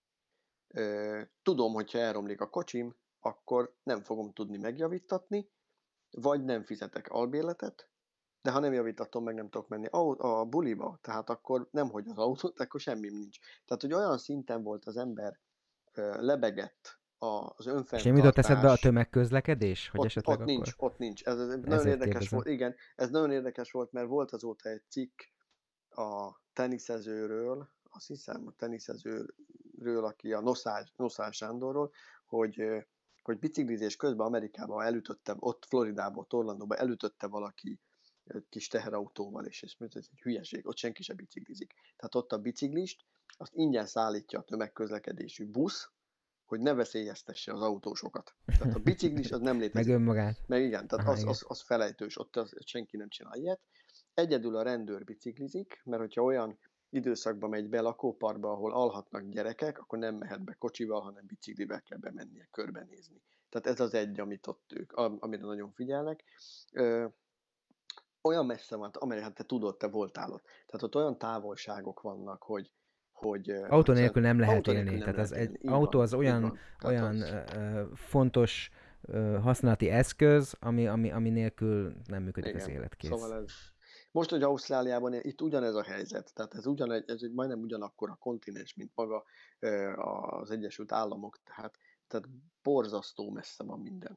tudom, hogyha elromlik a kocsim, akkor nem fogom tudni megjavítatni, vagy nem fizetek albérletet, de ha nem javítatom, meg nem tudok menni a buliba, tehát akkor nemhogy az autót, akkor semmim nincs. Tehát, hogy olyan szinten volt az ember lebegett az És nem jutott eszedbe a önfenntartás. tömegközlekedés? Hogy esetleg Ott akkor... nincs, ott nincs. Ez nagyon Ezért érdekes kérdezem. volt, igen, ez nagyon érdekes volt, mert volt azóta egy cikk a teniszezőről, azt hiszem a teniszezőről, aki a Noszál Sándorról, hogy biciklizés közben Amerikában elütötte, ott Floridából, Orlandóba elütötte valaki egy kis teherautóval, és ez egy hülyeség, ott senki se biciklizik. Tehát ott a biciklist, azt ingyen szállítja a tömegközlekedésű busz, hogy ne veszélyeztesse az autósokat. Tehát a biciklis az nem létezik. Meg önmagát. Meg igen, tehát Aha, igen. az felejtős, ott senki nem csinál ilyet. Egyedül a rendőr biciklizik, mert hogyha olyan időszakban megy be lakóparkba, ahol alhatnak gyerekek, akkor nem mehet be kocsival, hanem biciklivel kell bemennie, körbenézni. Tehát ez az egy, amit ott ők, amire nagyon figyelnek. Olyan messze van, amire hát te tudod, te voltál ott. Tehát ott olyan távolságok vannak, hogy Autó nélkül nem lehet autó nélkül élni. nem Tehát az lehet élni. egy Így autó van, az így van. olyan fontos használati eszköz, ami nélkül nem működik az Igen. életkész. Szóval ez... Most, hogy Ausztráliában itt ugyanez a helyzet, tehát ez egy majdnem ugyanakkor a kontinens, mint maga az Egyesült Államok, tehát borzasztó messze van minden.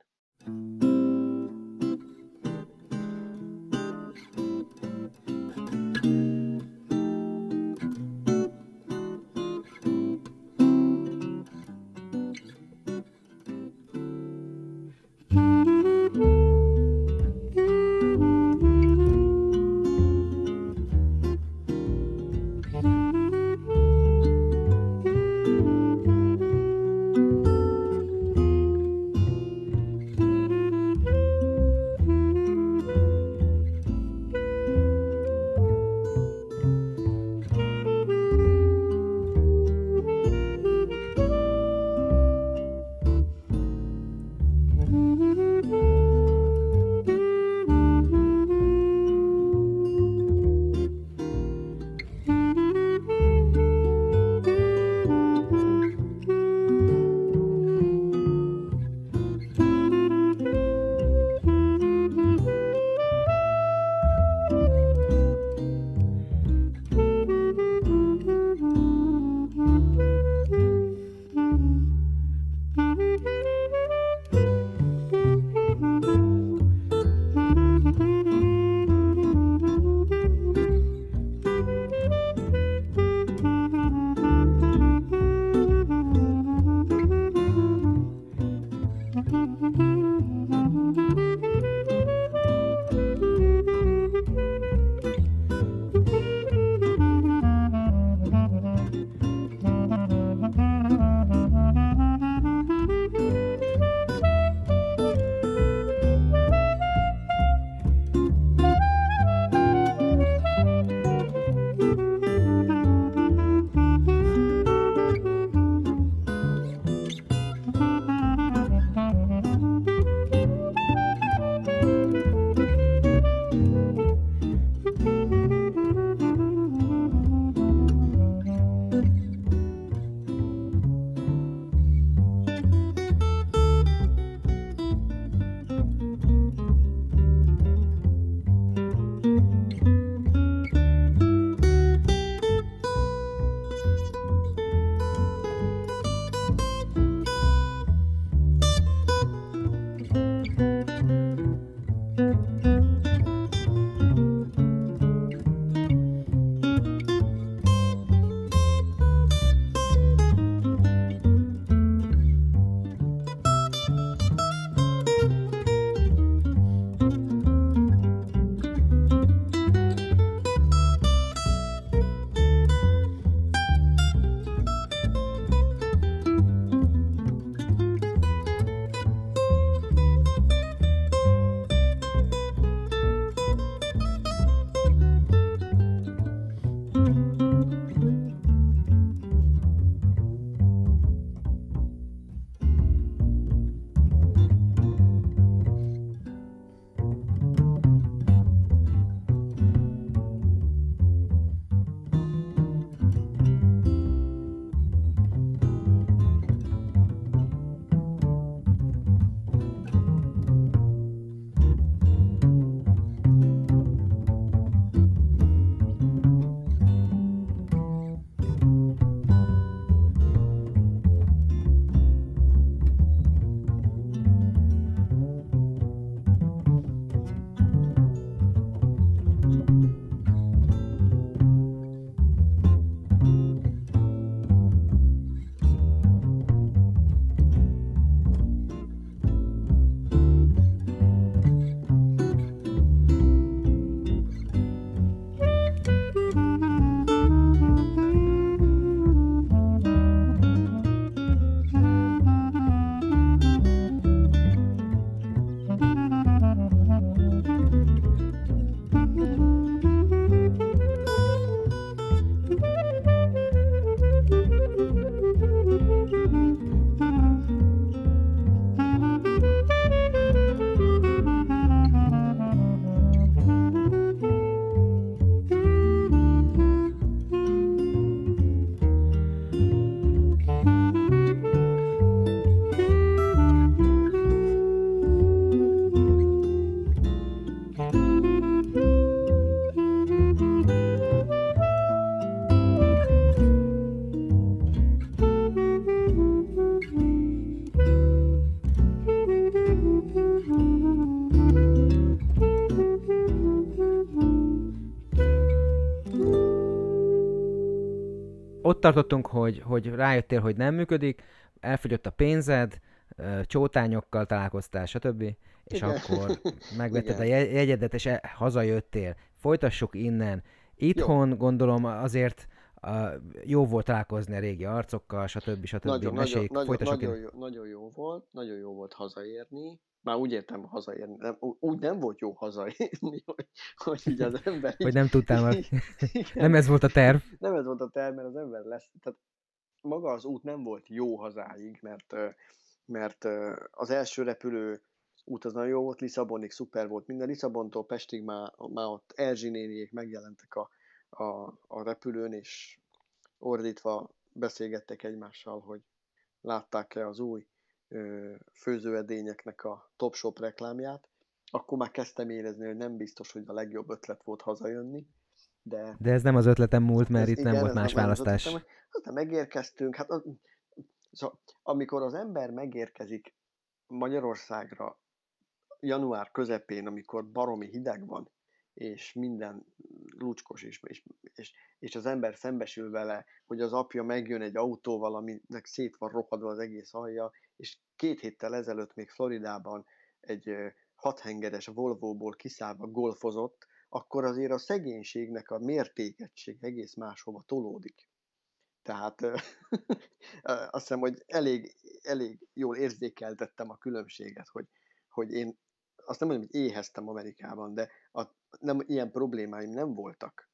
tartottunk, hogy rájöttél, hogy nem működik, elfogyott a pénzed, csótányokkal találkoztál, stb. És Igen, akkor megvetted a igen. jegyedet, és hazajöttél. Folytassuk innen. Jó, Itthon gondolom azért jó volt találkozni a régi arcokkal, stb. nagyon, nagyon, Meséljük, nagyon, folytassuk innen. nagyon jó volt hazaérni. Már úgy értem hazaérni, nem, úgy nem volt jó hazaérni, hogy így az ember Hogy így, nem tudtál már. Nem igen, ez volt a terv. nem ez volt a terv, mert az ember lesz, tehát maga az út nem volt jó hazáig, mert az első repülő út az nagyon jó volt, Lisszabonig szuper volt minden, Lisszabontól Pestig már ott Erzsi néniék megjelentek a repülőn, és ordítva beszélgettek egymással, hogy látták-e az új főzőedényeknek a Top Shop reklámját. Akkor már kezdtem érezni, hogy nem biztos, hogy a legjobb ötlet volt hazajönni, de De ez nem az ötletem múlt, mert itt nem volt ez más nem az ötletem, választás. hogy aztán megérkeztünk, hát szóval, amikor az ember megérkezik Magyarországra január közepén, amikor baromi hideg van, és minden lucskos, és az ember szembesül vele, hogy az apja megjön egy autóval, aminek szét van rohadva az egész alja, és 2 héttel ezelőtt még Floridában egy 6 hengeres Volvo-ból kiszállva golfozott, akkor azért a szegénységnek a mértékegység egész máshova tolódik. Tehát azt hiszem, hogy elég jól érzékeltettem a különbséget, hogy én azt nem mondom, hogy éheztem Amerikában, de nem, ilyen problémáim nem voltak.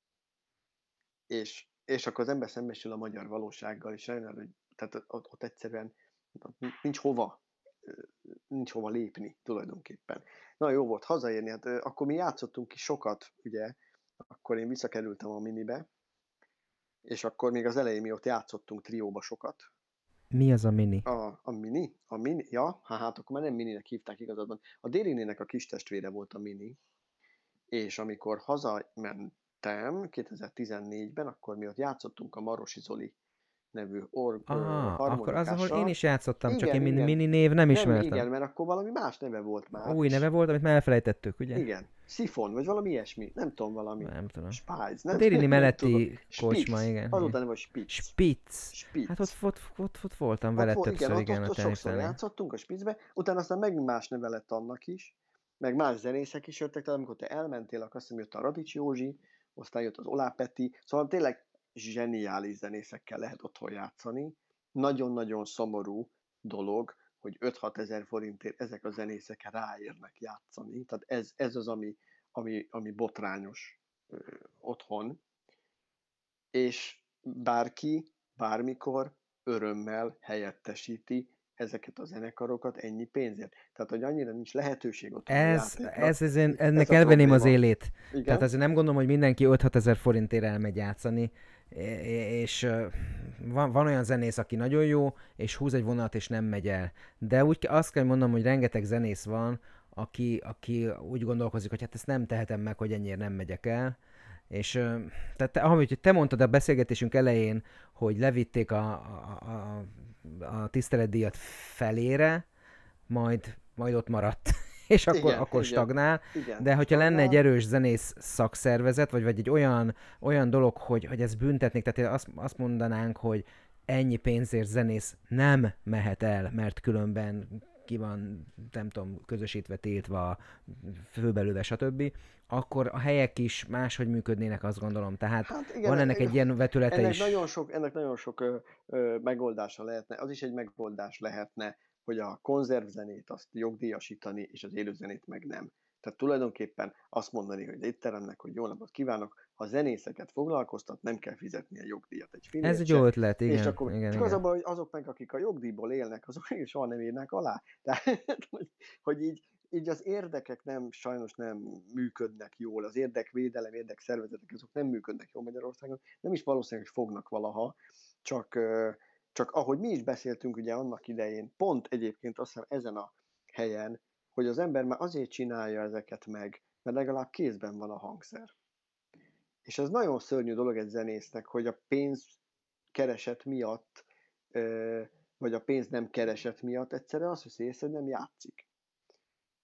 És akkor az ember szembesül a magyar valósággal, és rájön, hogy tehát ott egyszerűen nincs hova, nincs hova lépni tulajdonképpen. Na jó volt hazaérni, hát akkor mi játszottunk ki sokat, ugye, akkor én visszakerültem a minibe, és akkor még az elején mi ott játszottunk trióba sokat. Mi az a mini? A mini? A mini? Ja, hát akkor már nem mininek hívták igazadban. A Dérinének a kis testvére volt a mini, és amikor hazamentem 2014-ben, akkor mi ott játszottunk a Marosi Zoli nevű Akkor az, ahol én harmonikással. is játszottam, csak én Igen, igen. mini név nem Nem, ismertem. igen, mert akkor valami más neve volt már, Új neve és volt, amit már elfelejtettük, ugye? igen, Szifon, vagy valami ilyesmi, nem tudom, valami Nem tudom. Spice, A nem, Dérini nem tudom. melletti kocsma, Spitz, igen. azután Igen. nem a Spitz. Spitz. Hát Spitz. ott voltam Ott vele volt, igen, többször, igen, a ott sokszor tenisztelen. játszottunk a Spitzbe, utána aztán megint más neve lett annak is, meg más zenészek is jöttek, tehát amikor te elmentél, akkor azt hiszem jött a Radics Józsi, aztán jött az Olá Peti, szóval tényleg zseniális zenészekkel lehet otthon játszani. Nagyon-nagyon szomorú dolog, hogy 5-6 ezer forintért ezek a zenészek ráérnek játszani. Tehát ez az, ami botrányos otthon. És bárki, bármikor örömmel helyettesíti ezeket a zenekarokat ennyi pénzért. Tehát, hogy annyira nincs lehetőség otthon a játékra. Ennek Ez a elvenném az probléma. élét. Tehát Igen? azért nem gondolom, hogy mindenki 5-6 ezer forintért elmegy játszani, és van olyan zenész, aki nagyon jó, és húz egy vonalat, és nem megy el. De úgy azt kell mondanom, hogy rengeteg zenész van, aki úgy gondolkozik, hogy hát ezt nem tehetem meg, hogy ennyire nem megyek el. És tehát ahogy te mondtad a beszélgetésünk elején, hogy levitték a tiszteletdíjat felére, majd ott maradt, és Igen, akkor igen, stagnál. igen. De hogyha lenne egy Stagnál. erős zenész szakszervezet, vagy egy olyan dolog, hogy ez büntetnék, tehát azt mondanánk, hogy ennyi pénzért zenész nem mehet el, mert különben ki van, nem tudom, közösítve, tiltva, főbelőve, stb., akkor a helyek is máshogy működnének, azt gondolom. Tehát Hát van igen, ennek egy ilyen vetülete is. ennek nagyon sok megoldása lehetne. Az is egy megoldás lehetne, hogy a konzervzenét azt jogdíjasítani, és az élőzenét meg nem. Tehát tulajdonképpen azt mondani, hogy étteremnek, hogy jó napot kívánok, ha zenészeket foglalkoztat, nem kell fizetni a jogdíjat egy Ez fillért egy jó se, ötlet, és igen, akkor igen, csak az a igen. baj, hogy azok meg, akik a jogdíjból élnek, azok még soha nem írnak alá. Tehát, hogy így az érdekek sajnos nem működnek jól, az érdekvédelem, érdekszervezetek, azok nem működnek jól Magyarországon, nem is valószínűleg, hogy fognak valaha, csak, csak ahogy mi is beszéltünk ugye annak idején, pont egyébként azt hiszem ezen a helyen, hogy az ember már azért csinálja ezeket meg, mert legalább kézben van a hangszer. És ez nagyon szörnyű dolog egy zenésznek, hogy a pénz kereset miatt, vagy a pénz nem kereset miatt egyszerűen azt veszi észre, hogy nem játszik.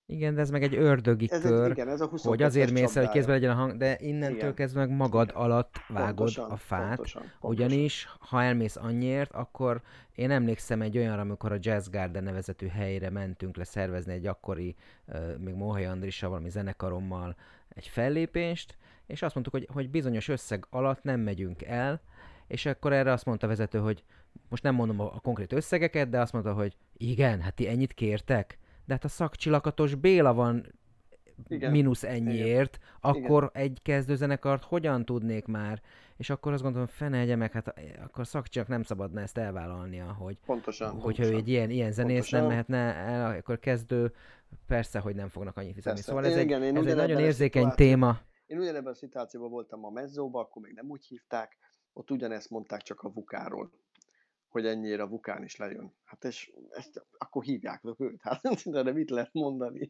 Igen, de ez meg egy ördögi kör, Igen, ez a hogy azért 22-es mész el, hogy kézben csapdája. legyen a hang, de innentől Igen, kezdve meg magad igen. alatt vágod a Pontosan, fát, pontosan, pontosan. ugyanis ha elmész annyiért, akkor én emlékszem egy olyanra, amikor a Jazz Garden nevezetű helyre mentünk le szervezni egy akkori, még Mohai Andrissal, valami zenekarommal egy fellépést, és azt mondtuk, hogy bizonyos összeg alatt nem megyünk el, és akkor erre azt mondta a vezető, hogy most nem mondom a konkrét összegeket, de azt mondta, hogy igen, hát ti ennyit kértek, de hát a szakcsilakatos Béla van Igen, mínusz igen, ennyiért, igen. akkor egy kezdőzenekart hogyan tudnék már? És akkor azt gondolom, fenelje meg, hát akkor szakcsilak nem szabadna ezt elvállalnia, Pontosan, hogyha ő egy pontosan. ilyen zenész nem Pontosan. mehetne el, akkor kezdő, persze, hogy nem fognak annyit fizetni. Persze. Szóval Igen, én ez egy nagyon ugyanebben a érzékeny téma. szituációban voltam a Mezzóba, akkor még nem úgy hívták, ott ugyanezt mondták csak a Vukáról, hogy ennyire a Vukán is lejön. Hát és ezt akkor hívjátok őt, hát de mit lehet mondani?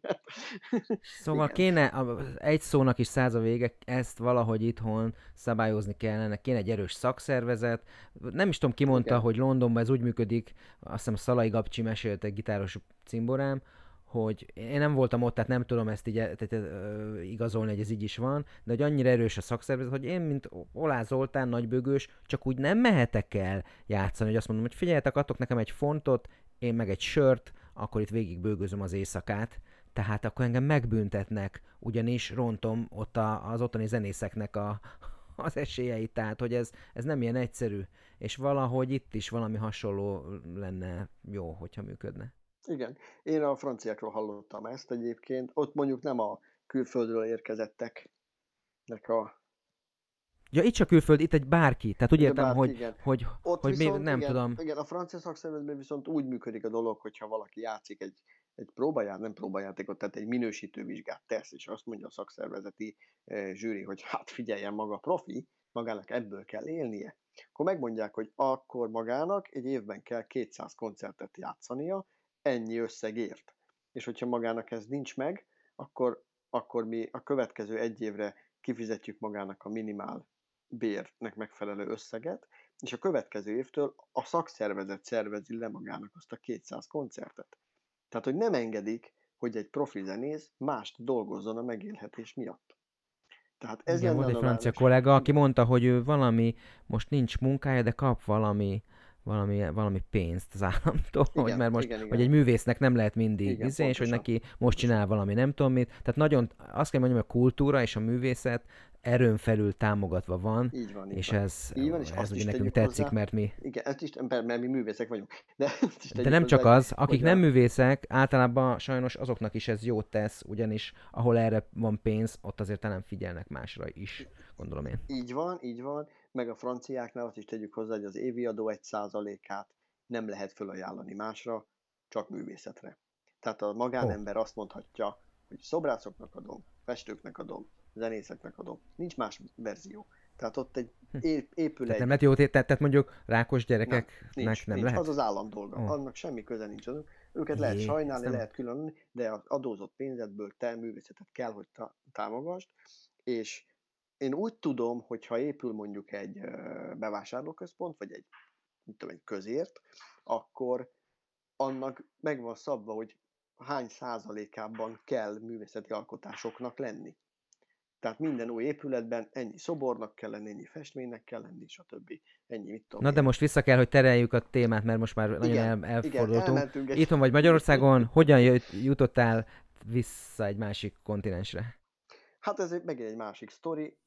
Szóval Igen, kéne, egy szónak is száz a vége, ezt valahogy itthon szabályozni kellene, kéne egy erős szakszervezet. Nem is tudom, ki mondta, igen, hogy Londonban ez úgy működik, azt hiszem Szalai Gabcsi mesélt, egy gitáros cimborám, hogy én nem voltam ott, tehát nem tudom ezt így igazolni, hogy ez így is van, de hogy annyira erős a szakszervezet, hogy én, mint Olá Zoltán nagybőgős, csak úgy nem mehetek el játszani, hogy azt mondom, hogy figyeljetek, adtok nekem egy fontot, én meg egy sört, akkor itt végig bőgözöm az éjszakát, tehát akkor engem megbüntetnek, ugyanis rontom ott az ottani zenészeknek az esélyeit, tehát hogy ez nem ilyen egyszerű, és valahogy itt is valami hasonló lenne jó, hogyha működne. igen. Én a franciákról hallottam ezt egyébként. Ott mondjuk nem a külföldről érkezetteknek a Ja, itt csak külföld, itt egy bárki, tehát úgy ugye értem, bárki, igen. Ott hogy mi, viszont, nem igen, tudom, igen, a francia szakszervezetben viszont úgy működik a dolog, hogyha valaki játszik egy nem próbajátékot, tehát egy minősítő vizsgát tesz, és azt mondja a szakszervezeti zsűri, hogy hát figyeljen maga profi, magának ebből kell élnie, akkor megmondják, hogy akkor magának egy évben kell 200 koncertet játszania, ennyi összegért. És hogyha magának ez nincs meg, akkor mi a következő egy évre kifizetjük magának a minimál bérnek megfelelő összeget, és a következő évtől a szakszervezet szervezi le magának azt a 200 koncertet. Tehát, hogy nem engedik, hogy egy profi zenész mást dolgozzon a megélhetés miatt. Tehát ez igen, lenne volt a egy francia normális. kollega, aki Igen, mondta, hogy ő most nincs munkája, de kap valami pénzt az államtól, hogy igen, mert most, igen, hogy igen, egy művésznek nem lehet mindig igen, és hogy pontosan, neki most pontosan. csinál valami nem tudom mit. Tehát nagyon, azt kell mondjam, hogy a kultúra és a művészet erőn felül támogatva van, Így van, így és van. ez, Így van, és ez azt ugye is nekünk tegyük tetszik, hozzá, mert mi. igen, ezt is, mert mi művészek vagyunk, de ezt is De tegyük nem hozzá, csak az, akik hogy nem művészek, általában sajnos azoknak is ez jót tesz, ugyanis ahol erre van pénz, ott azért talán figyelnek másra is, gondolom én. így van, meg a franciáknál azt is tegyük hozzá, hogy az évi adó 1%-át nem lehet fölajánlani másra, csak művészetre. Tehát a Ó, magánember azt mondhatja, hogy szobrászoknak adom, festőknek adom, zenészeknek adom. Nincs más verzió. Tehát ott épül tehát nem egy... lehet jó, tehát mondjuk rákos Nem, gyerekeknek nem nincs. Az az lehet? állam dolga. Ó, Annak semmi köze nincs. Őket lehet jé, ezt sajnálni, nem... lehet különölni, de az adózott pénzedből te művészetet kell, hogy támogasd, és én úgy tudom, hogy ha épül mondjuk egy bevásárlóközpont, vagy egy közért, akkor annak meg van szabva, hogy hány százalékában kell művészeti alkotásoknak lenni. Tehát minden új épületben ennyi szobornak kell lenni, ennyi festménynek kell lenni, stb. Ennyi, mit tudom Na de én. most vissza kell, hogy tereljük a témát, mert most már nagyon Igen, elfordultunk. elmentünk egy... Itthon vagy Magyarországon, hogyan jutottál vissza egy másik kontinensre? Hát ez megint egy másik sztori.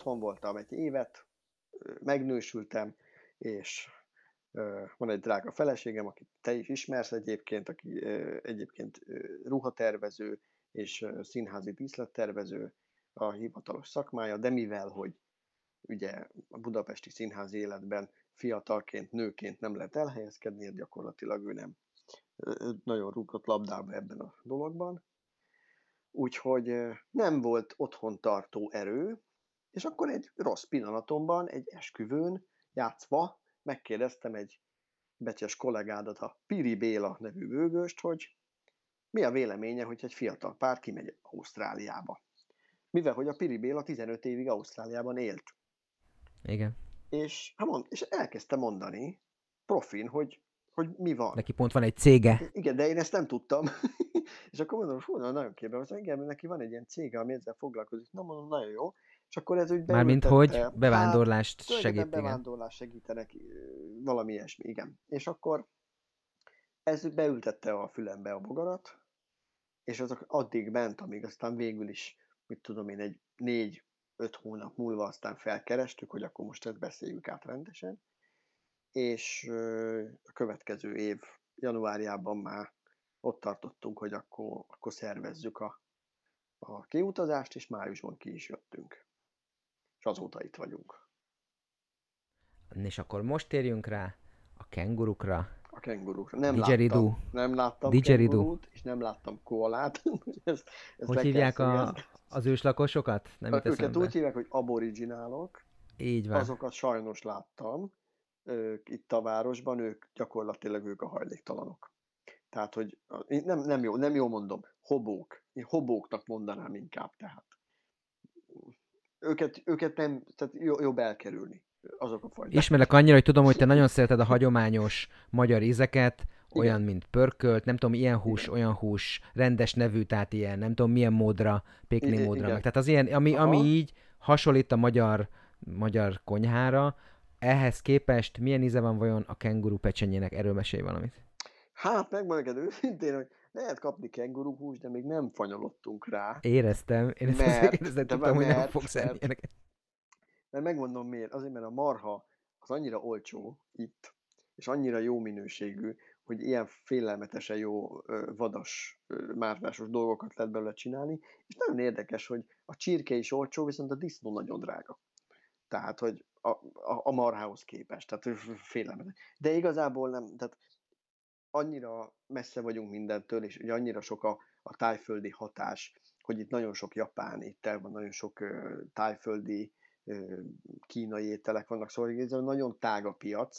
otthon voltam egy évet, megnősültem, és van egy drága feleségem, akit te is ismersz egyébként, aki egyébként ruhatervező és színházi díszlettervező a hivatalos szakmája, de mivel, hogy ugye a budapesti színházi életben fiatalként, nőként nem lehet elhelyezkedni, gyakorlatilag ő nem nagyon rúgott labdába ebben a dologban. Úgyhogy nem volt otthon tartó erő, és akkor egy rossz pillanatomban, egy esküvőn játszva megkérdeztem egy becses kollégádat, a Piri Béla nevű bőgőst, hogy mi a véleménye, hogy egy fiatal pár kimegy Ausztráliába. Mivel, hogy a Piri Béla 15 évig Ausztráliában élt. Igen. És elkezdte mondani profin, hogy mi van. Neki pont van egy cége. Igen, de én ezt nem tudtam. És akkor mondom, hú, nagyon képben, igen, neki van egy ilyen cége, ami ezzel foglalkozik. Na, mondom, nagyon jó. És akkor ez úgy Mármint, hogy bevándorlást segít, igen. Bevándorlást segítenek, valami ilyesmi, igen. És akkor ez beültette a fülembe a bogarat, és azok addig ment, amíg aztán végül is, mit tudom én, egy 4-5 hónap múlva aztán felkerestük, hogy akkor most ezt beszéljük át rendesen. És a következő év januárjában már ott tartottunk, hogy akkor szervezzük a kiutazást, és májusban ki is jöttünk. És azóta itt vagyunk. És akkor most térjünk rá a kengurukra. A kengurukra. Nem láttam kengurút, és nem láttam koalát. ezt hogy hívják az őslakosokat? Nem jut őket eszembe. úgy hívják, hogy aboriginálok. Így van. Azokat sajnos láttam. Itt a városban, gyakorlatilag ők a hajléktalanok. Tehát, hogy nem jó mondom, hobók. Én hobóknak mondanám inkább, tehát. Őket nem, tehát jobb elkerülni. Azok a fajták. Ismerlek annyira, hogy tudom, hogy te nagyon szereted a hagyományos magyar ízeket, olyan, mint pörkölt, nem tudom, ilyen hús, olyan hús, rendes nevű, tehát ilyen, nem tudom, milyen módra, pékling módra meg. Tehát az ilyen, ami így hasonlít a magyar konyhára, ehhez képest milyen íze van vajon a kenguru pecsenyének? Erről mesélj valamit. Hát megmondom neked őszintén, hogy lehet kapni kenguruhúst, de még nem fanyalodtunk rá. Éreztem. Én ezt azért kérdeztem, tudtam, hogy nem fogsz enni ilyeneket. Mert megmondom miért. Azért, mert a marha az annyira olcsó itt, és annyira jó minőségű, hogy ilyen félelmetesen jó vadas, márvásos dolgokat lehet belőle csinálni, és nagyon érdekes, hogy a csirke is olcsó, viszont a disznó nagyon drága. Tehát, hogy a marhához képest, tehát félelmetes. De igazából nem, tehát annyira messze vagyunk mindentől, és ugye annyira sok a tájföldi hatás, hogy itt nagyon sok japán étel van, nagyon sok tájföldi, kínai ételek vannak, szóval ez nagyon tág a piac.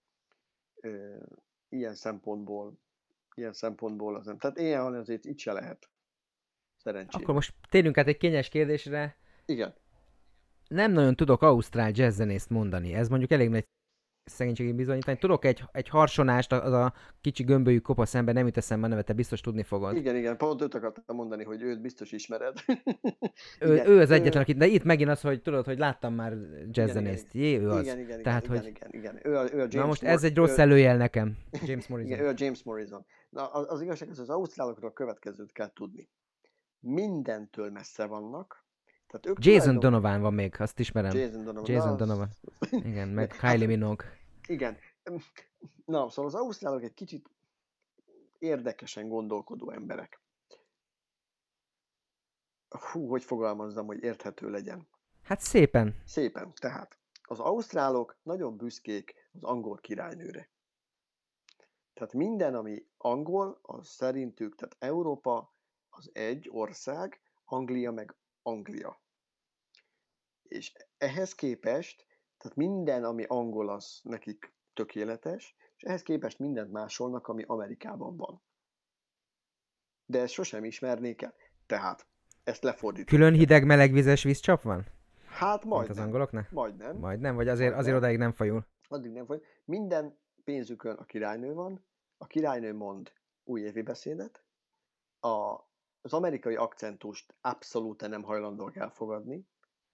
Ilyen szempontból az nem. Tehát ilyen azért itt se lehet. Szerencsére. Akkor most térjünk át egy kényes kérdésre. Igen. Nem nagyon tudok ausztrál jazzzenészt mondani. Ez mondjuk elég nagy szegénységi bizonyítvány. Tudok egy harsonást, az a kicsi gömbölyű kopasz ember, nem jut eszembe a neve, te biztos tudni fogod. Igen, pont őt akartam mondani, hogy őt biztos ismered. ő az egyetlen, aki, de itt megint az, hogy tudod, hogy láttam már jazzzenészt. Ő az. Igen. Ő a James na most ez egy rossz előjel nekem. James Morrison. Igen, ő a James Morrison. Na, az igazság az ausztrálokról a következőt kell tudni. Mindentől messze vannak. Tehát ők Jason Donovan van még, azt ismerem. Jason Donovan. Igen, meg Kylie Minogue. Igen. Na, szóval az ausztrálok egy kicsit érdekesen gondolkodó emberek. Hogy fogalmazzam, hogy érthető legyen? Hát szépen. Szépen. Tehát az ausztrálok nagyon büszkék az angol királynőre. Tehát minden, ami angol, az szerintük, tehát Európa az egy ország, Anglia meg Anglia. És ehhez képest, tehát minden, ami angol, az nekik tökéletes, és ehhez képest mindent másolnak, ami Amerikában van. De ezt sosem ismernék el. Tehát ezt lefordítom. Külön hideg-melegvizes vízcsap van? Hát majdnem. Az angoloknak? Majdnem. Majdnem, vagy azért odáig nem fajul? Addig nem fajul. Minden pénzükön a királynő van, a királynő mond újévi beszédet, az amerikai akcentust abszolút nem hajlandóak elfogadni,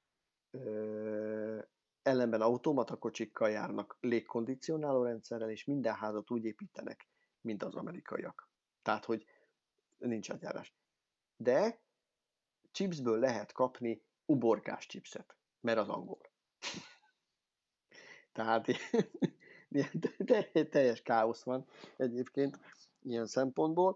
ellenben automata kocsikkal járnak légkondicionáló rendszerrel, és minden házat úgy építenek, mint az amerikaiak. Tehát, hogy nincs átjárás. De chipsből lehet kapni uborkás chipset. mert az angol. Tehát ilyen teljes káosz van egyébként ilyen szempontból.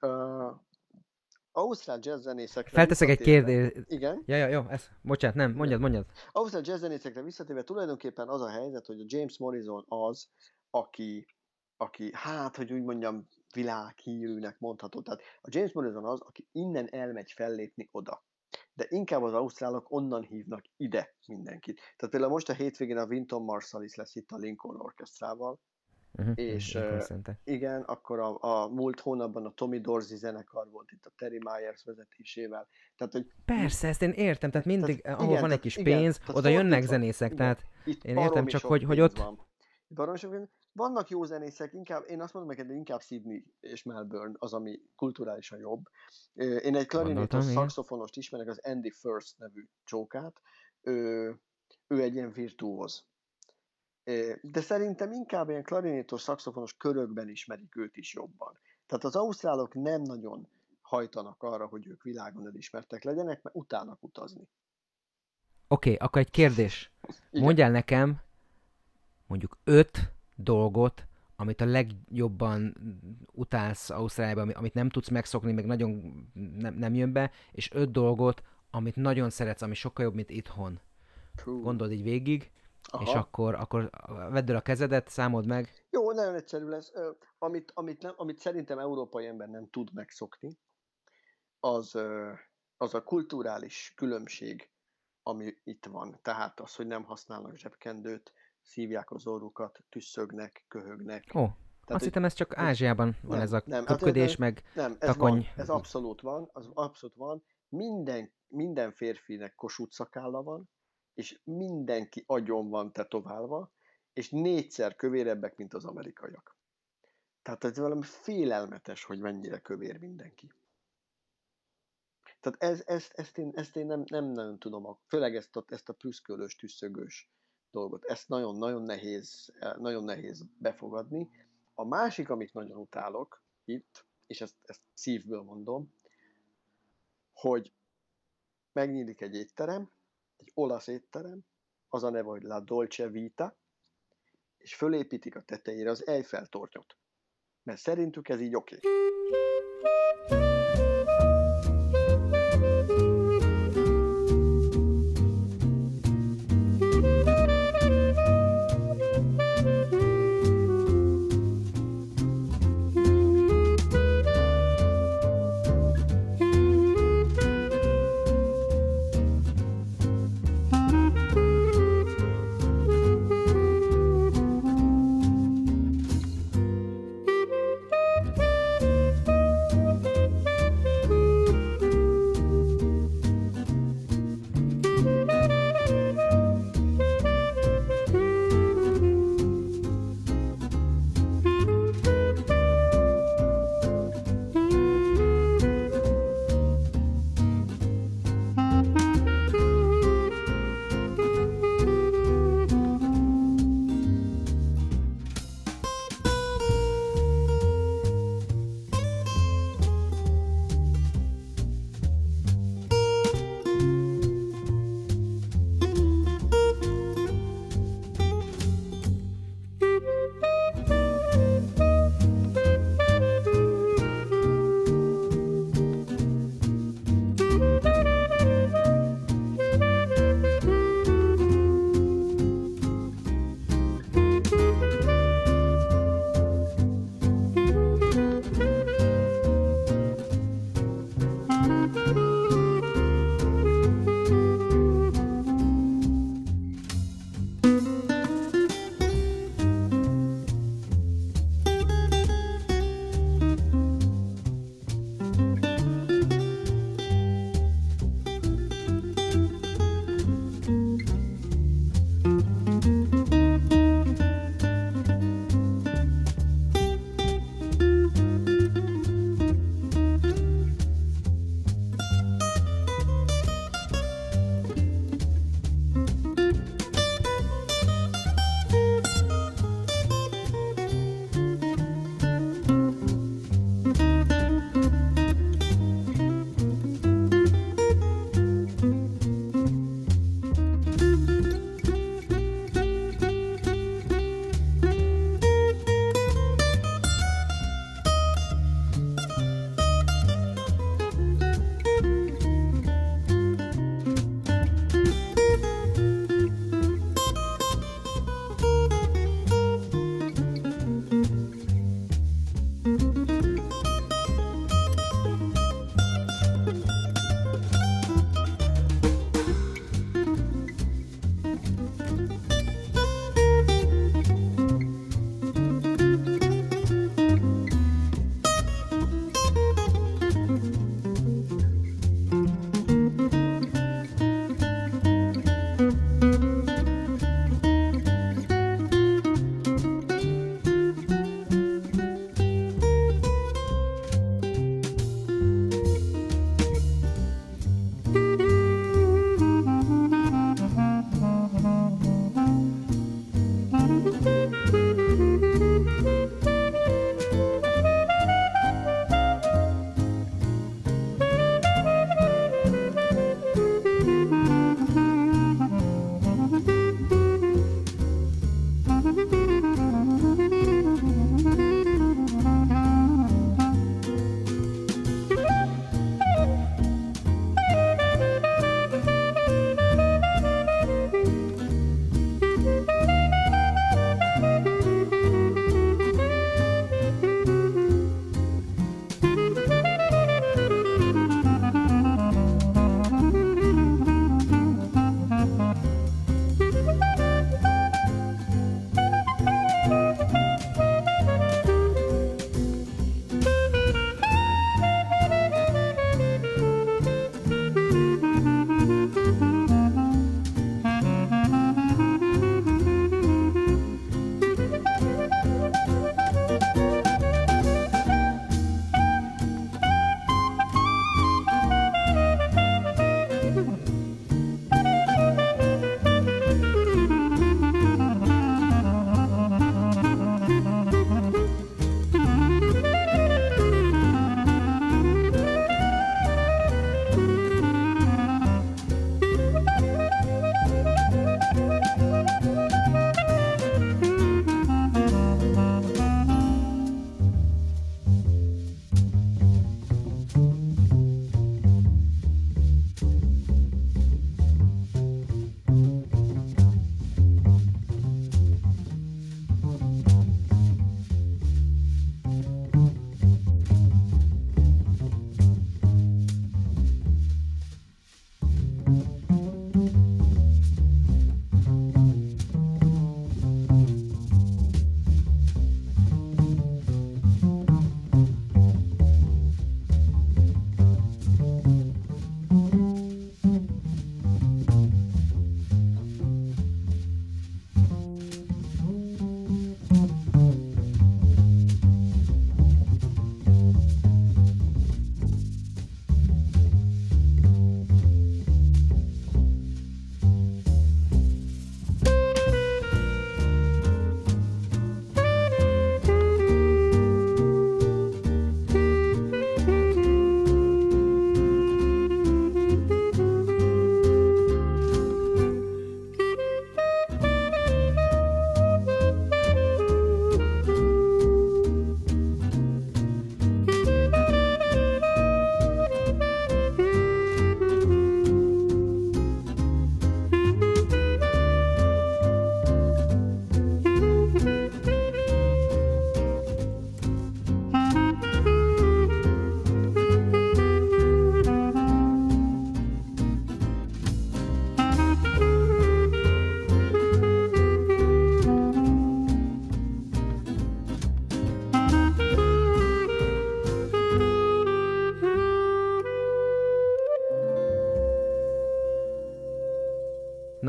Ausztrál jazzzenészekre Felteszek egy visszatérve... kérdést. Igen? Ja, jó, bocsánat, nem, mondjad. Ausztrál jazzzenészekre visszatérve tulajdonképpen az a helyzet, hogy a James Morrison az, aki hát, hogy úgy mondjam, világhírűnek mondható. Tehát a James Morrison az, aki innen elmegy fellépni oda. De inkább az ausztrálok onnan hívnak ide mindenkit. Tehát például most a hétvégén a Wynton Marsalis lesz itt a Lincoln Orchestrával, és igen, akkor a múlt hónapban a Tommy Dorsey zenekar volt itt a Terry Myers vezetésével. Tehát, hogy persze, ezt én értem, tehát mindig, tehát, ahol igen, van egy kis igen, pénz, oda jönnek zenészek, igen, tehát itt én értem csak, hogy ott... Vannak jó zenészek, én azt mondom neked, hogy inkább Sydney és Melbourne az, ami kulturálisan jobb. Én egy klarinétos szaxofonost ismerek, az Andy First nevű csókát. Ő egy ilyen virtuóz. De szerintem inkább ilyen klarinétos szaxofonos körökben ismerik őt is jobban. Tehát az ausztrálok nem nagyon hajtanak arra, hogy ők világon elismertek legyenek, mert utálnak utazni. Oké, akkor egy kérdés. Mondjál nekem mondjuk 5 dolgot, amit a legjobban utálsz Ausztráliában, amit nem tudsz megszokni, meg nagyon nem jön be, és 5 dolgot, amit nagyon szeretsz, ami sokkal jobb, mint itthon. Gondold így végig, és akkor vedd el a kezedet, számold meg. Jó, nagyon egyszerű lesz. Amit szerintem európai ember nem tud megszokni, az a kulturális különbség, ami itt van. Tehát az, hogy nem használnak zsebkendőt, szívják az orrukat, tüsszögnek, köhögnek. Azt hittem, ez csak Ázsiában van ez a köpködés, meg takony. Ez abszolút van. Minden férfinek Kossuth szakálla van, és mindenki agyon van tetoválva, és 4-szer kövérebbek, mint az amerikaiak. Tehát ez valami félelmetes, hogy mennyire kövér mindenki. Tehát ezt én nem nagyon tudom, főleg ezt a prüszkölős, tüsszögős dolgot. Ezt nagyon nehéz befogadni. A másik, amit nagyon utálok itt, és ezt szívből mondom, hogy megnyílik egy étterem, egy olasz étterem, az a neve, hogy La Dolce Vita, és fölépítik a tetejére az Eiffel tornyot. Mert szerintük ez így oké.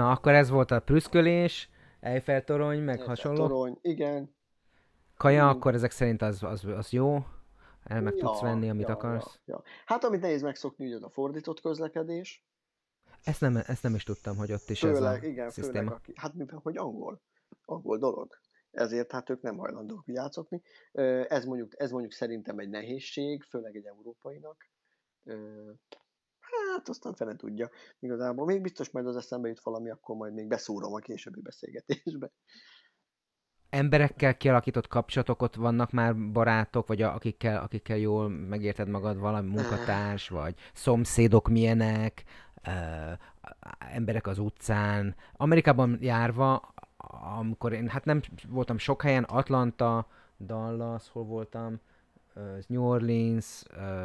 Na, akkor ez volt a prüszkölés, Eiffel-torony, meg Eiffel hasonlók. torony, igen. Kaja, Mm, akkor ezek szerint az jó, meg tudsz venni, ja, amit ja, ja, akarsz. ja. Hát amit nehéz megszokni, ugye az a fordított közlekedés. Ezt nem is tudtam, hogy ott is ez Főleg, a igen, főleg szisztéma. aki, hát mivel, hogy angol dolog. Ezért hát ők nem hajlandók játszokni. Ez mondjuk szerintem egy nehézség, főleg egy európainak. Ö, Hát aztán fene tudja. Igazából még biztos majd az eszembe jut valami, akkor majd még beszúrom a későbbi beszélgetésbe. Emberekkel kialakított kapcsolatok, ott vannak már barátok, vagy akikkel jól megérted magad, valami munkatárs, vagy szomszédok milyenek, emberek az utcán. Amerikában járva, amikor én, hát nem voltam sok helyen, Atlanta, Dallas, hol voltam, New Orleans,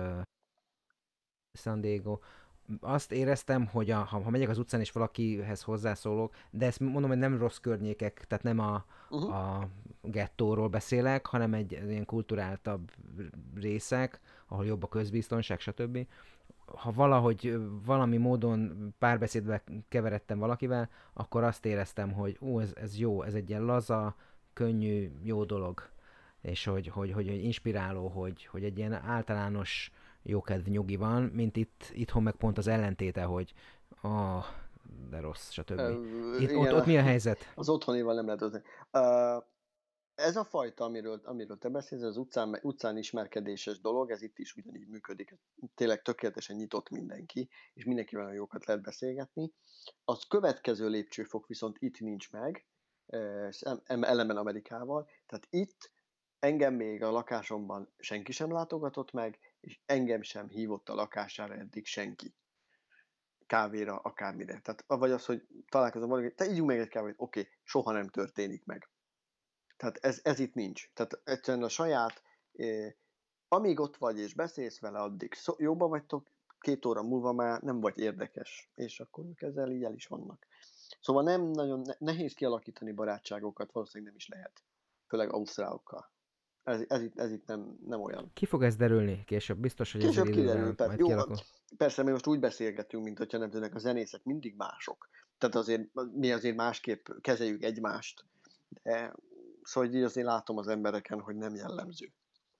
San Diego, azt éreztem, hogy ha megyek az utcán és valakihez hozzászólok, de ezt mondom, hogy nem rossz környékek, tehát nem Uh-huh. a gettóról beszélek, hanem egy ilyen kulturáltabb részek, ahol jobb a közbiztonság, stb. Ha valahogy valami módon párbeszédbe keveredtem valakivel, akkor azt éreztem, hogy ez jó, ez egy ilyen laza, könnyű, jó dolog. És hogy inspiráló, hogy egy ilyen általános jókedv nyugi van, mint itthon meg pont az ellentéte, hogy de rossz, stb. Ott Igen, mi a helyzet? az otthonival nem lehet hozni. Ez a fajta, amiről te beszélsz, az utcán ismerkedéses dolog, ez itt is ugyanígy működik. Tényleg tökéletesen nyitott mindenki, és mindenkivel nagyon jókat lehet beszélgetni. Az következő lépcsőfok viszont itt nincs meg, ellenben Amerikával. Tehát itt engem még a lakásomban senki sem látogatott meg, és engem sem hívott a lakására eddig senki. Kávéra, akármire. Tehát, vagy az, hogy találkozom valakivel, te ígyunk meg egy kávét, oké, soha nem történik meg. Tehát ez itt nincs. Tehát egyszerűen a saját, amíg ott vagy és beszélsz vele, addig jóba vagytok, 2 óra múlva már nem vagy érdekes, és akkor ők ezzel így el is vannak. Szóval nem nagyon nehéz kialakítani barátságokat, valószínűleg nem is lehet. Főleg ausztrálokkal. Ez itt nem olyan. Ki fog ez derülni később? Biztos, hogy ezzel Később kiderül, idővel persze. majd Jó, kialakul. persze mi most úgy beszélgetünk, mint hogyha nem tudnak, a zenészek mindig mások. Tehát azért mi azért másképp kezeljük egymást. De, szóval így azért látom az embereken, hogy nem jellemző.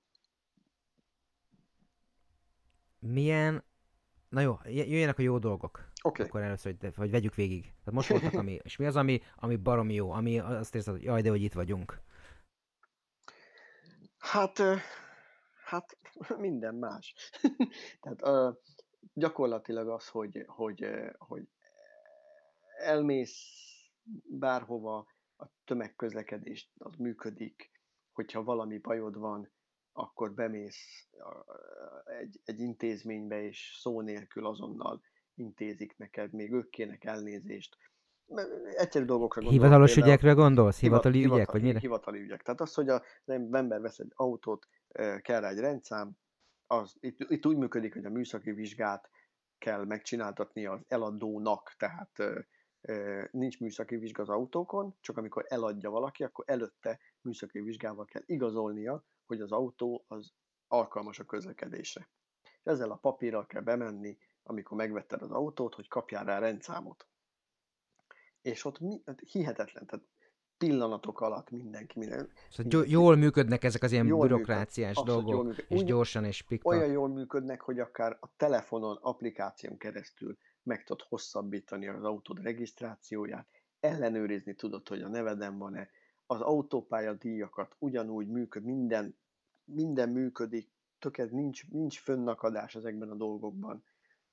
Milyen, na jó, jöjjenek a jó dolgok. Oké. Akkor először, hogy vegyük végig. Tehát most voltak, és mi az, ami baromi jó, ami azt érzed, hogy jaj, de hogy itt vagyunk. Hát, hát minden más. Tehát gyakorlatilag az, hogy elmész bárhova, a tömegközlekedés az működik, hogyha valami bajod van, akkor bemész egy intézménybe, és szó nélkül azonnal intézik neked, még ők kérnek elnézést. Egyszerű dolgokra gondolok Hivatalos például. ügyekre gondolsz? Hivatali ügyek, vagy mire? Hivatali ügyek. Tehát az, hogy az ember vesz egy autót, kell rá egy rendszám, itt úgy működik, hogy a műszaki vizsgát kell megcsináltatni az eladónak, tehát nincs műszaki vizsga az autókon, csak amikor eladja valaki, akkor előtte műszaki vizsgával kell igazolnia, hogy az autó az alkalmas a közlekedésre. És ezzel a papírral kell bemenni, amikor megvetted az autót, hogy kapjál rá rendszámot. És ott hihetetlen, tehát pillanatok alatt minden Szóval jól működnek ezek az ilyen jól működ, bürokráciás abszolút jól dolgok, működ. és gyorsan és pikka. Olyan jól működnek, hogy akár a telefonon, applikáción keresztül meg tudod hosszabbítani az autód regisztrációját, ellenőrizni tudod, hogy a neveden van-e, az autópálya díjakat ugyanúgy működ, minden működik, nincs fönnakadás ezekben a dolgokban.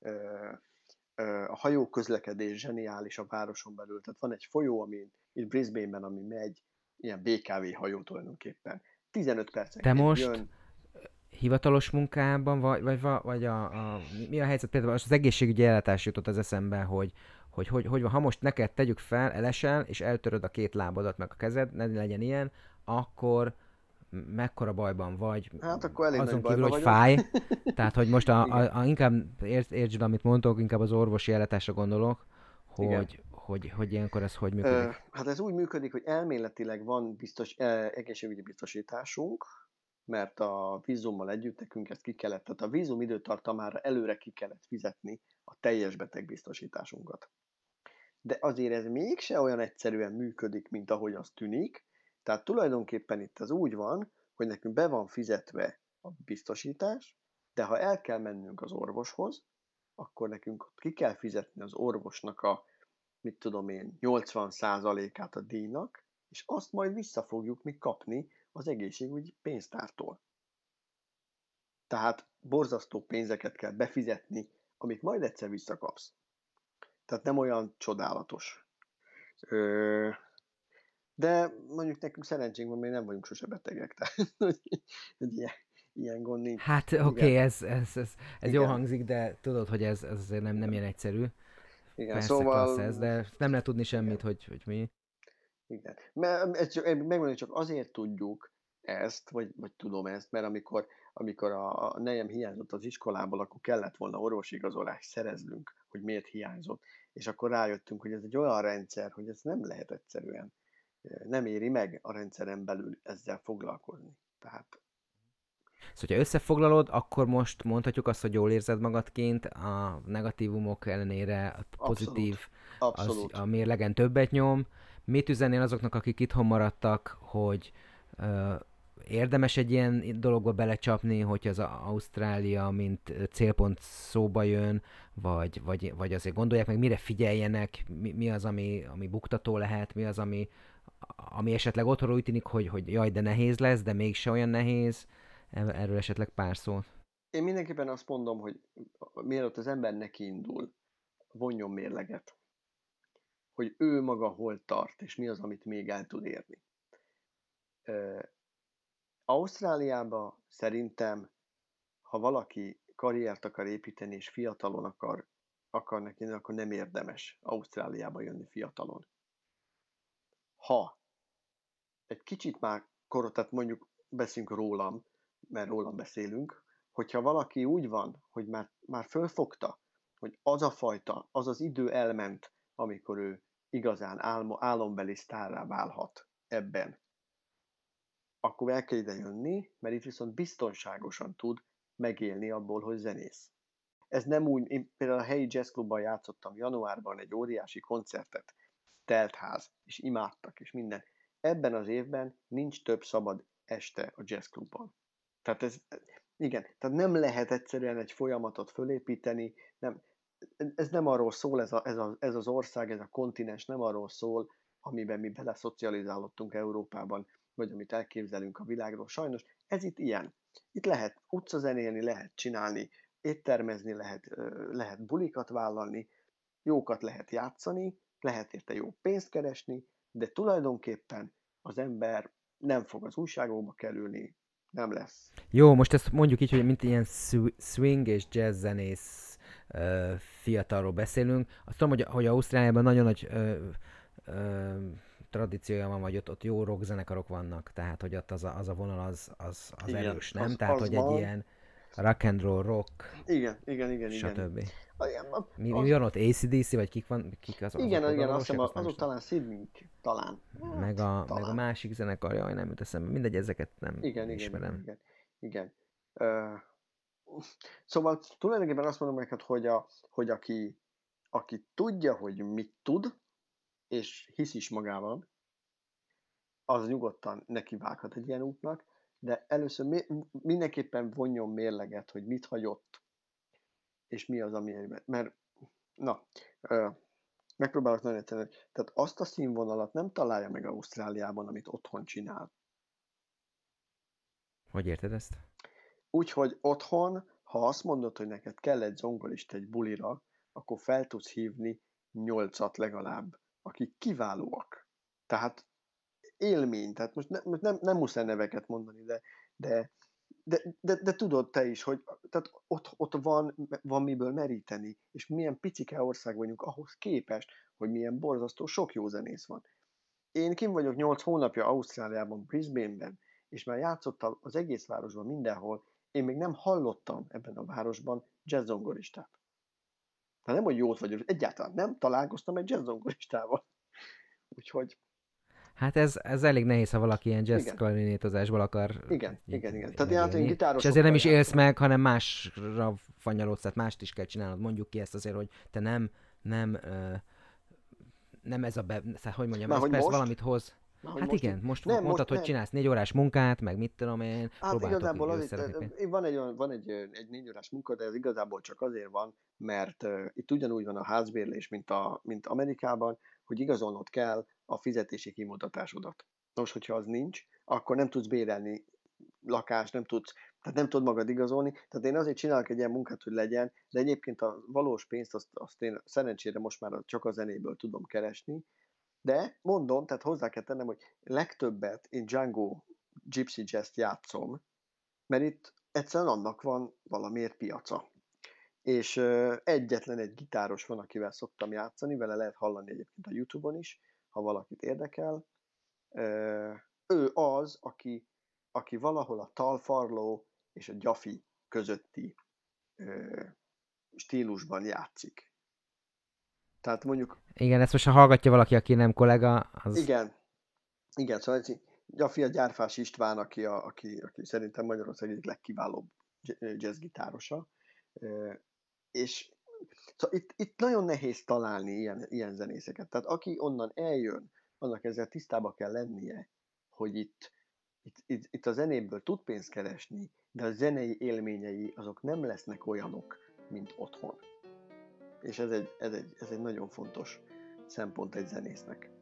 A hajó közlekedés zseniális a városon belül, tehát van egy folyó, ami itt Brisbane-ben, ami megy, ilyen BKV hajó tulajdonképpen. 15 Te percenként most jön. hivatalos munkában, vagy mi a helyzet? Például az egészségügyi ellátás jutott az eszembe, hogy ha most neked tegyük fel, elesel, és eltöröd a 2 lábadat, meg a kezed, ne legyen ilyen, akkor mekkora bajban vagy, Hát akkor elég nagy azon kívül, bajban hogy vagyok. fáj, tehát hogy most Igen, inkább értsd, amit mondtok, inkább az orvosi ellátásra gondolok, igen. hogy ilyenkor ez hogy működik. Hát ez úgy működik, hogy elméletileg van egészségügyi biztosításunk, mert a vízummal együtt nekünk ezt ki kellett, tehát a vízum időtartamára előre ki kellett fizetni a teljes betegbiztosításunkat. de azért ez mégse olyan egyszerűen működik, mint ahogy az tűnik. Tehát tulajdonképpen itt az úgy van, hogy nekünk be van fizetve a biztosítás, de ha el kell mennünk az orvoshoz, akkor nekünk ki kell fizetni az orvosnak a, mit tudom én, 80%-át a díjnak, és azt majd vissza fogjuk mi kapni az egészségügyi pénztártól. Tehát borzasztó pénzeket kell befizetni, amit majd egyszer visszakapsz. Tehát nem olyan csodálatos. De mondjuk nekünk szerencsénk van, még nem vagyunk sose betegek, tehát hogy ilyen gond nincs. Hát Igen, oké, ez jó igen, hangzik, de tudod, hogy ez azért nem ilyen egyszerű. igen, Persze klassz szóval ez, de nem lehet tudni igen, semmit, hogy mi. igen. Mert megmondani, csak azért tudjuk ezt, vagy tudom ezt, mert amikor a nejem hiányzott az iskolából, akkor kellett volna orvosigazolást szereznünk, hogy miért hiányzott. És akkor rájöttünk, hogy ez egy olyan rendszer, hogy ez nem lehet egyszerűen, nem éri meg a rendszeren belül ezzel foglalkozni. Tehát Szóval, ha összefoglalod, akkor most mondhatjuk azt, hogy jól érzed magad kint, a negatívumok ellenére a pozitív, abszolút, az a abszolút. mérlegen többet nyom. Mit üzennél azoknak, akik itthon maradtak, hogy érdemes egy ilyen dologba belecsapni, hogy az Ausztrália, mint célpont szóba jön, vagy azért gondolják meg, mire figyeljenek, mi az, ami buktató lehet, mi az, ami esetleg otthonról úgy tűnik, hogy jaj, de nehéz lesz, de mégse olyan nehéz. Erről esetleg pár szót. Én mindenképpen azt mondom, hogy mielőtt az ember neki indul, vonjon mérleget, hogy ő maga hol tart, és mi az, amit még el tud érni. Ausztráliában szerintem, ha valaki karriert akar építeni, és fiatalon akar neki, akkor nem érdemes Ausztráliába jönni fiatalon. Ha egy kicsit már tehát mondjuk beszélünk rólam, mert rólam beszélünk, hogyha valaki úgy van, hogy már fölfogta, hogy az a fajta, az az idő elment, amikor ő igazán álombeli sztárrá válhat ebben, akkor el kell ide jönni, mert itt viszont biztonságosan tud megélni abból, hogy zenész. Ez nem úgy, én például a helyi jazzklubban játszottam januárban egy óriási koncertet, teltház, és imádtak, és minden. Ebben az évben nincs több szabad este a jazzklubban. Tehát igen, tehát nem lehet egyszerűen egy folyamatot fölépíteni, ez nem arról szól, ez az ország, ez a kontinens nem arról szól, amiben mi beleszocializálódtunk Európában, vagy amit elképzelünk a világról. Sajnos ez itt ilyen. Itt lehet utcazenélni, lehet csinálni, éttermezni, lehet bulikat vállalni, jókat lehet játszani, lehet érte jó pénzt keresni, de tulajdonképpen az ember nem fog az újságokba kerülni, nem lesz. Jó, most ezt mondjuk így, hogy mint ilyen swing és jazz zenész fiatalról beszélünk. Azt tudom, hogy Ausztráliában nagyon nagy tradíciója van, vagy ott jó rockzenekarok vannak, tehát hogy ott az a vonal az Igen, erős, nem? Tehát, az hogy egy van. ilyen rock and roll, rock, Igen. stb. Mi Az, van ott? AC/DC, vagy kik azok igen, azt odavalósak? hiszem Azt nem azok is tudom. talán Sydney, talán. Meg Hát, meg a talán. másik zenekar, jaj, nem jut eszembe. Mindegy, ezeket nem ismerem. Igen. Ö, Szóval tulajdonképpen azt mondom neked, hogy aki tudja, hogy mit tud, és hisz is magában, az nyugodtan nekivághat egy ilyen útnak, de először mindenképpen vonjon mérleget, hogy mit hagyott, és mi az, ami mert na, megpróbálok nagyon egyszerűen, tehát azt a színvonalat nem találja meg Ausztráliában, amit otthon csinál. Hogy érted ezt? Úgyhogy otthon, ha azt mondod, hogy neked kell egy zongorista egy bulira, akkor fel tudsz hívni 8-at legalább, akik kiválóak. Tehát élmény, tehát most nem muszáj neveket mondani, de, de tudod te is, hogy tehát ott van miből meríteni, és milyen picike ország vagyunk ahhoz képest, hogy milyen borzasztó sok jó zenész van. Én kim vagyok 8 hónapja Ausztráliában, Brisbane-ben, és már játszottam az egész városban mindenhol, én még nem hallottam ebben a városban jazzzongoristát. Tehát nem, hogy jót vagyok, egyáltalán nem találkoztam egy jazzzongoristával. Úgyhogy Hát ez elég nehéz, ha valaki ilyen jazz igen, klarinétozásból akar igen. Tehát én megélni. És ezért nem gitárosokkal is élsz játszom. meg, hanem másra fanyalodsz, tehát mást is kell csinálnod. Mondjuk ki ezt azért, hogy te nem nem ez a hogy mondjam, Már ez hogy persze most? valamit hoz. Már hogy Hát most? igen, most Nem, most mondtad, hogy nem. csinálsz 4 órás munkát, meg mit tudom én, Hát próbáltok igazából az összerakni pénzt. van egy 4 órás munka, de ez igazából csak azért van, mert itt ugyanúgy van a házbérlés, mint Amerikában, hogy igazolnod kell a fizetési kimutatásodat. Nos, hogyha az nincs, akkor nem tudsz bérelni lakást, tehát nem tudod magad igazolni. Tehát én azért csinálok egy ilyen munkát, hogy legyen, de egyébként a valós pénzt azt én szerencsére most már csak a zenéből tudom keresni, de mondom, tehát hozzá kell tennem, hogy legtöbbet én Django Gypsy Jazz-t játszom, mert itt egyszerűen annak van valamiért piaca. És egyetlen egy gitáros van, akivel szoktam játszani, vele lehet hallani egyébként a YouTube-on is, ha valakit érdekel. Ő az, aki valahol a talfarló és a gyafi közötti stílusban játszik. Tehát mondjuk, Igen, ezt most ha hallgatja valaki, aki nem kollega, az igen, igen, szóval Gyafi a Gyárfás István, aki szerintem Magyarország egyik legkiválóbb jazzgitárosa. És szóval itt nagyon nehéz találni ilyen zenészeket. Tehát aki onnan eljön, annak ezzel tisztába kell lennie, hogy itt a zenéből tud pénzt keresni, de a zenei élményei azok nem lesznek olyanok, mint otthon. És ez egy nagyon fontos szempont egy zenésznek.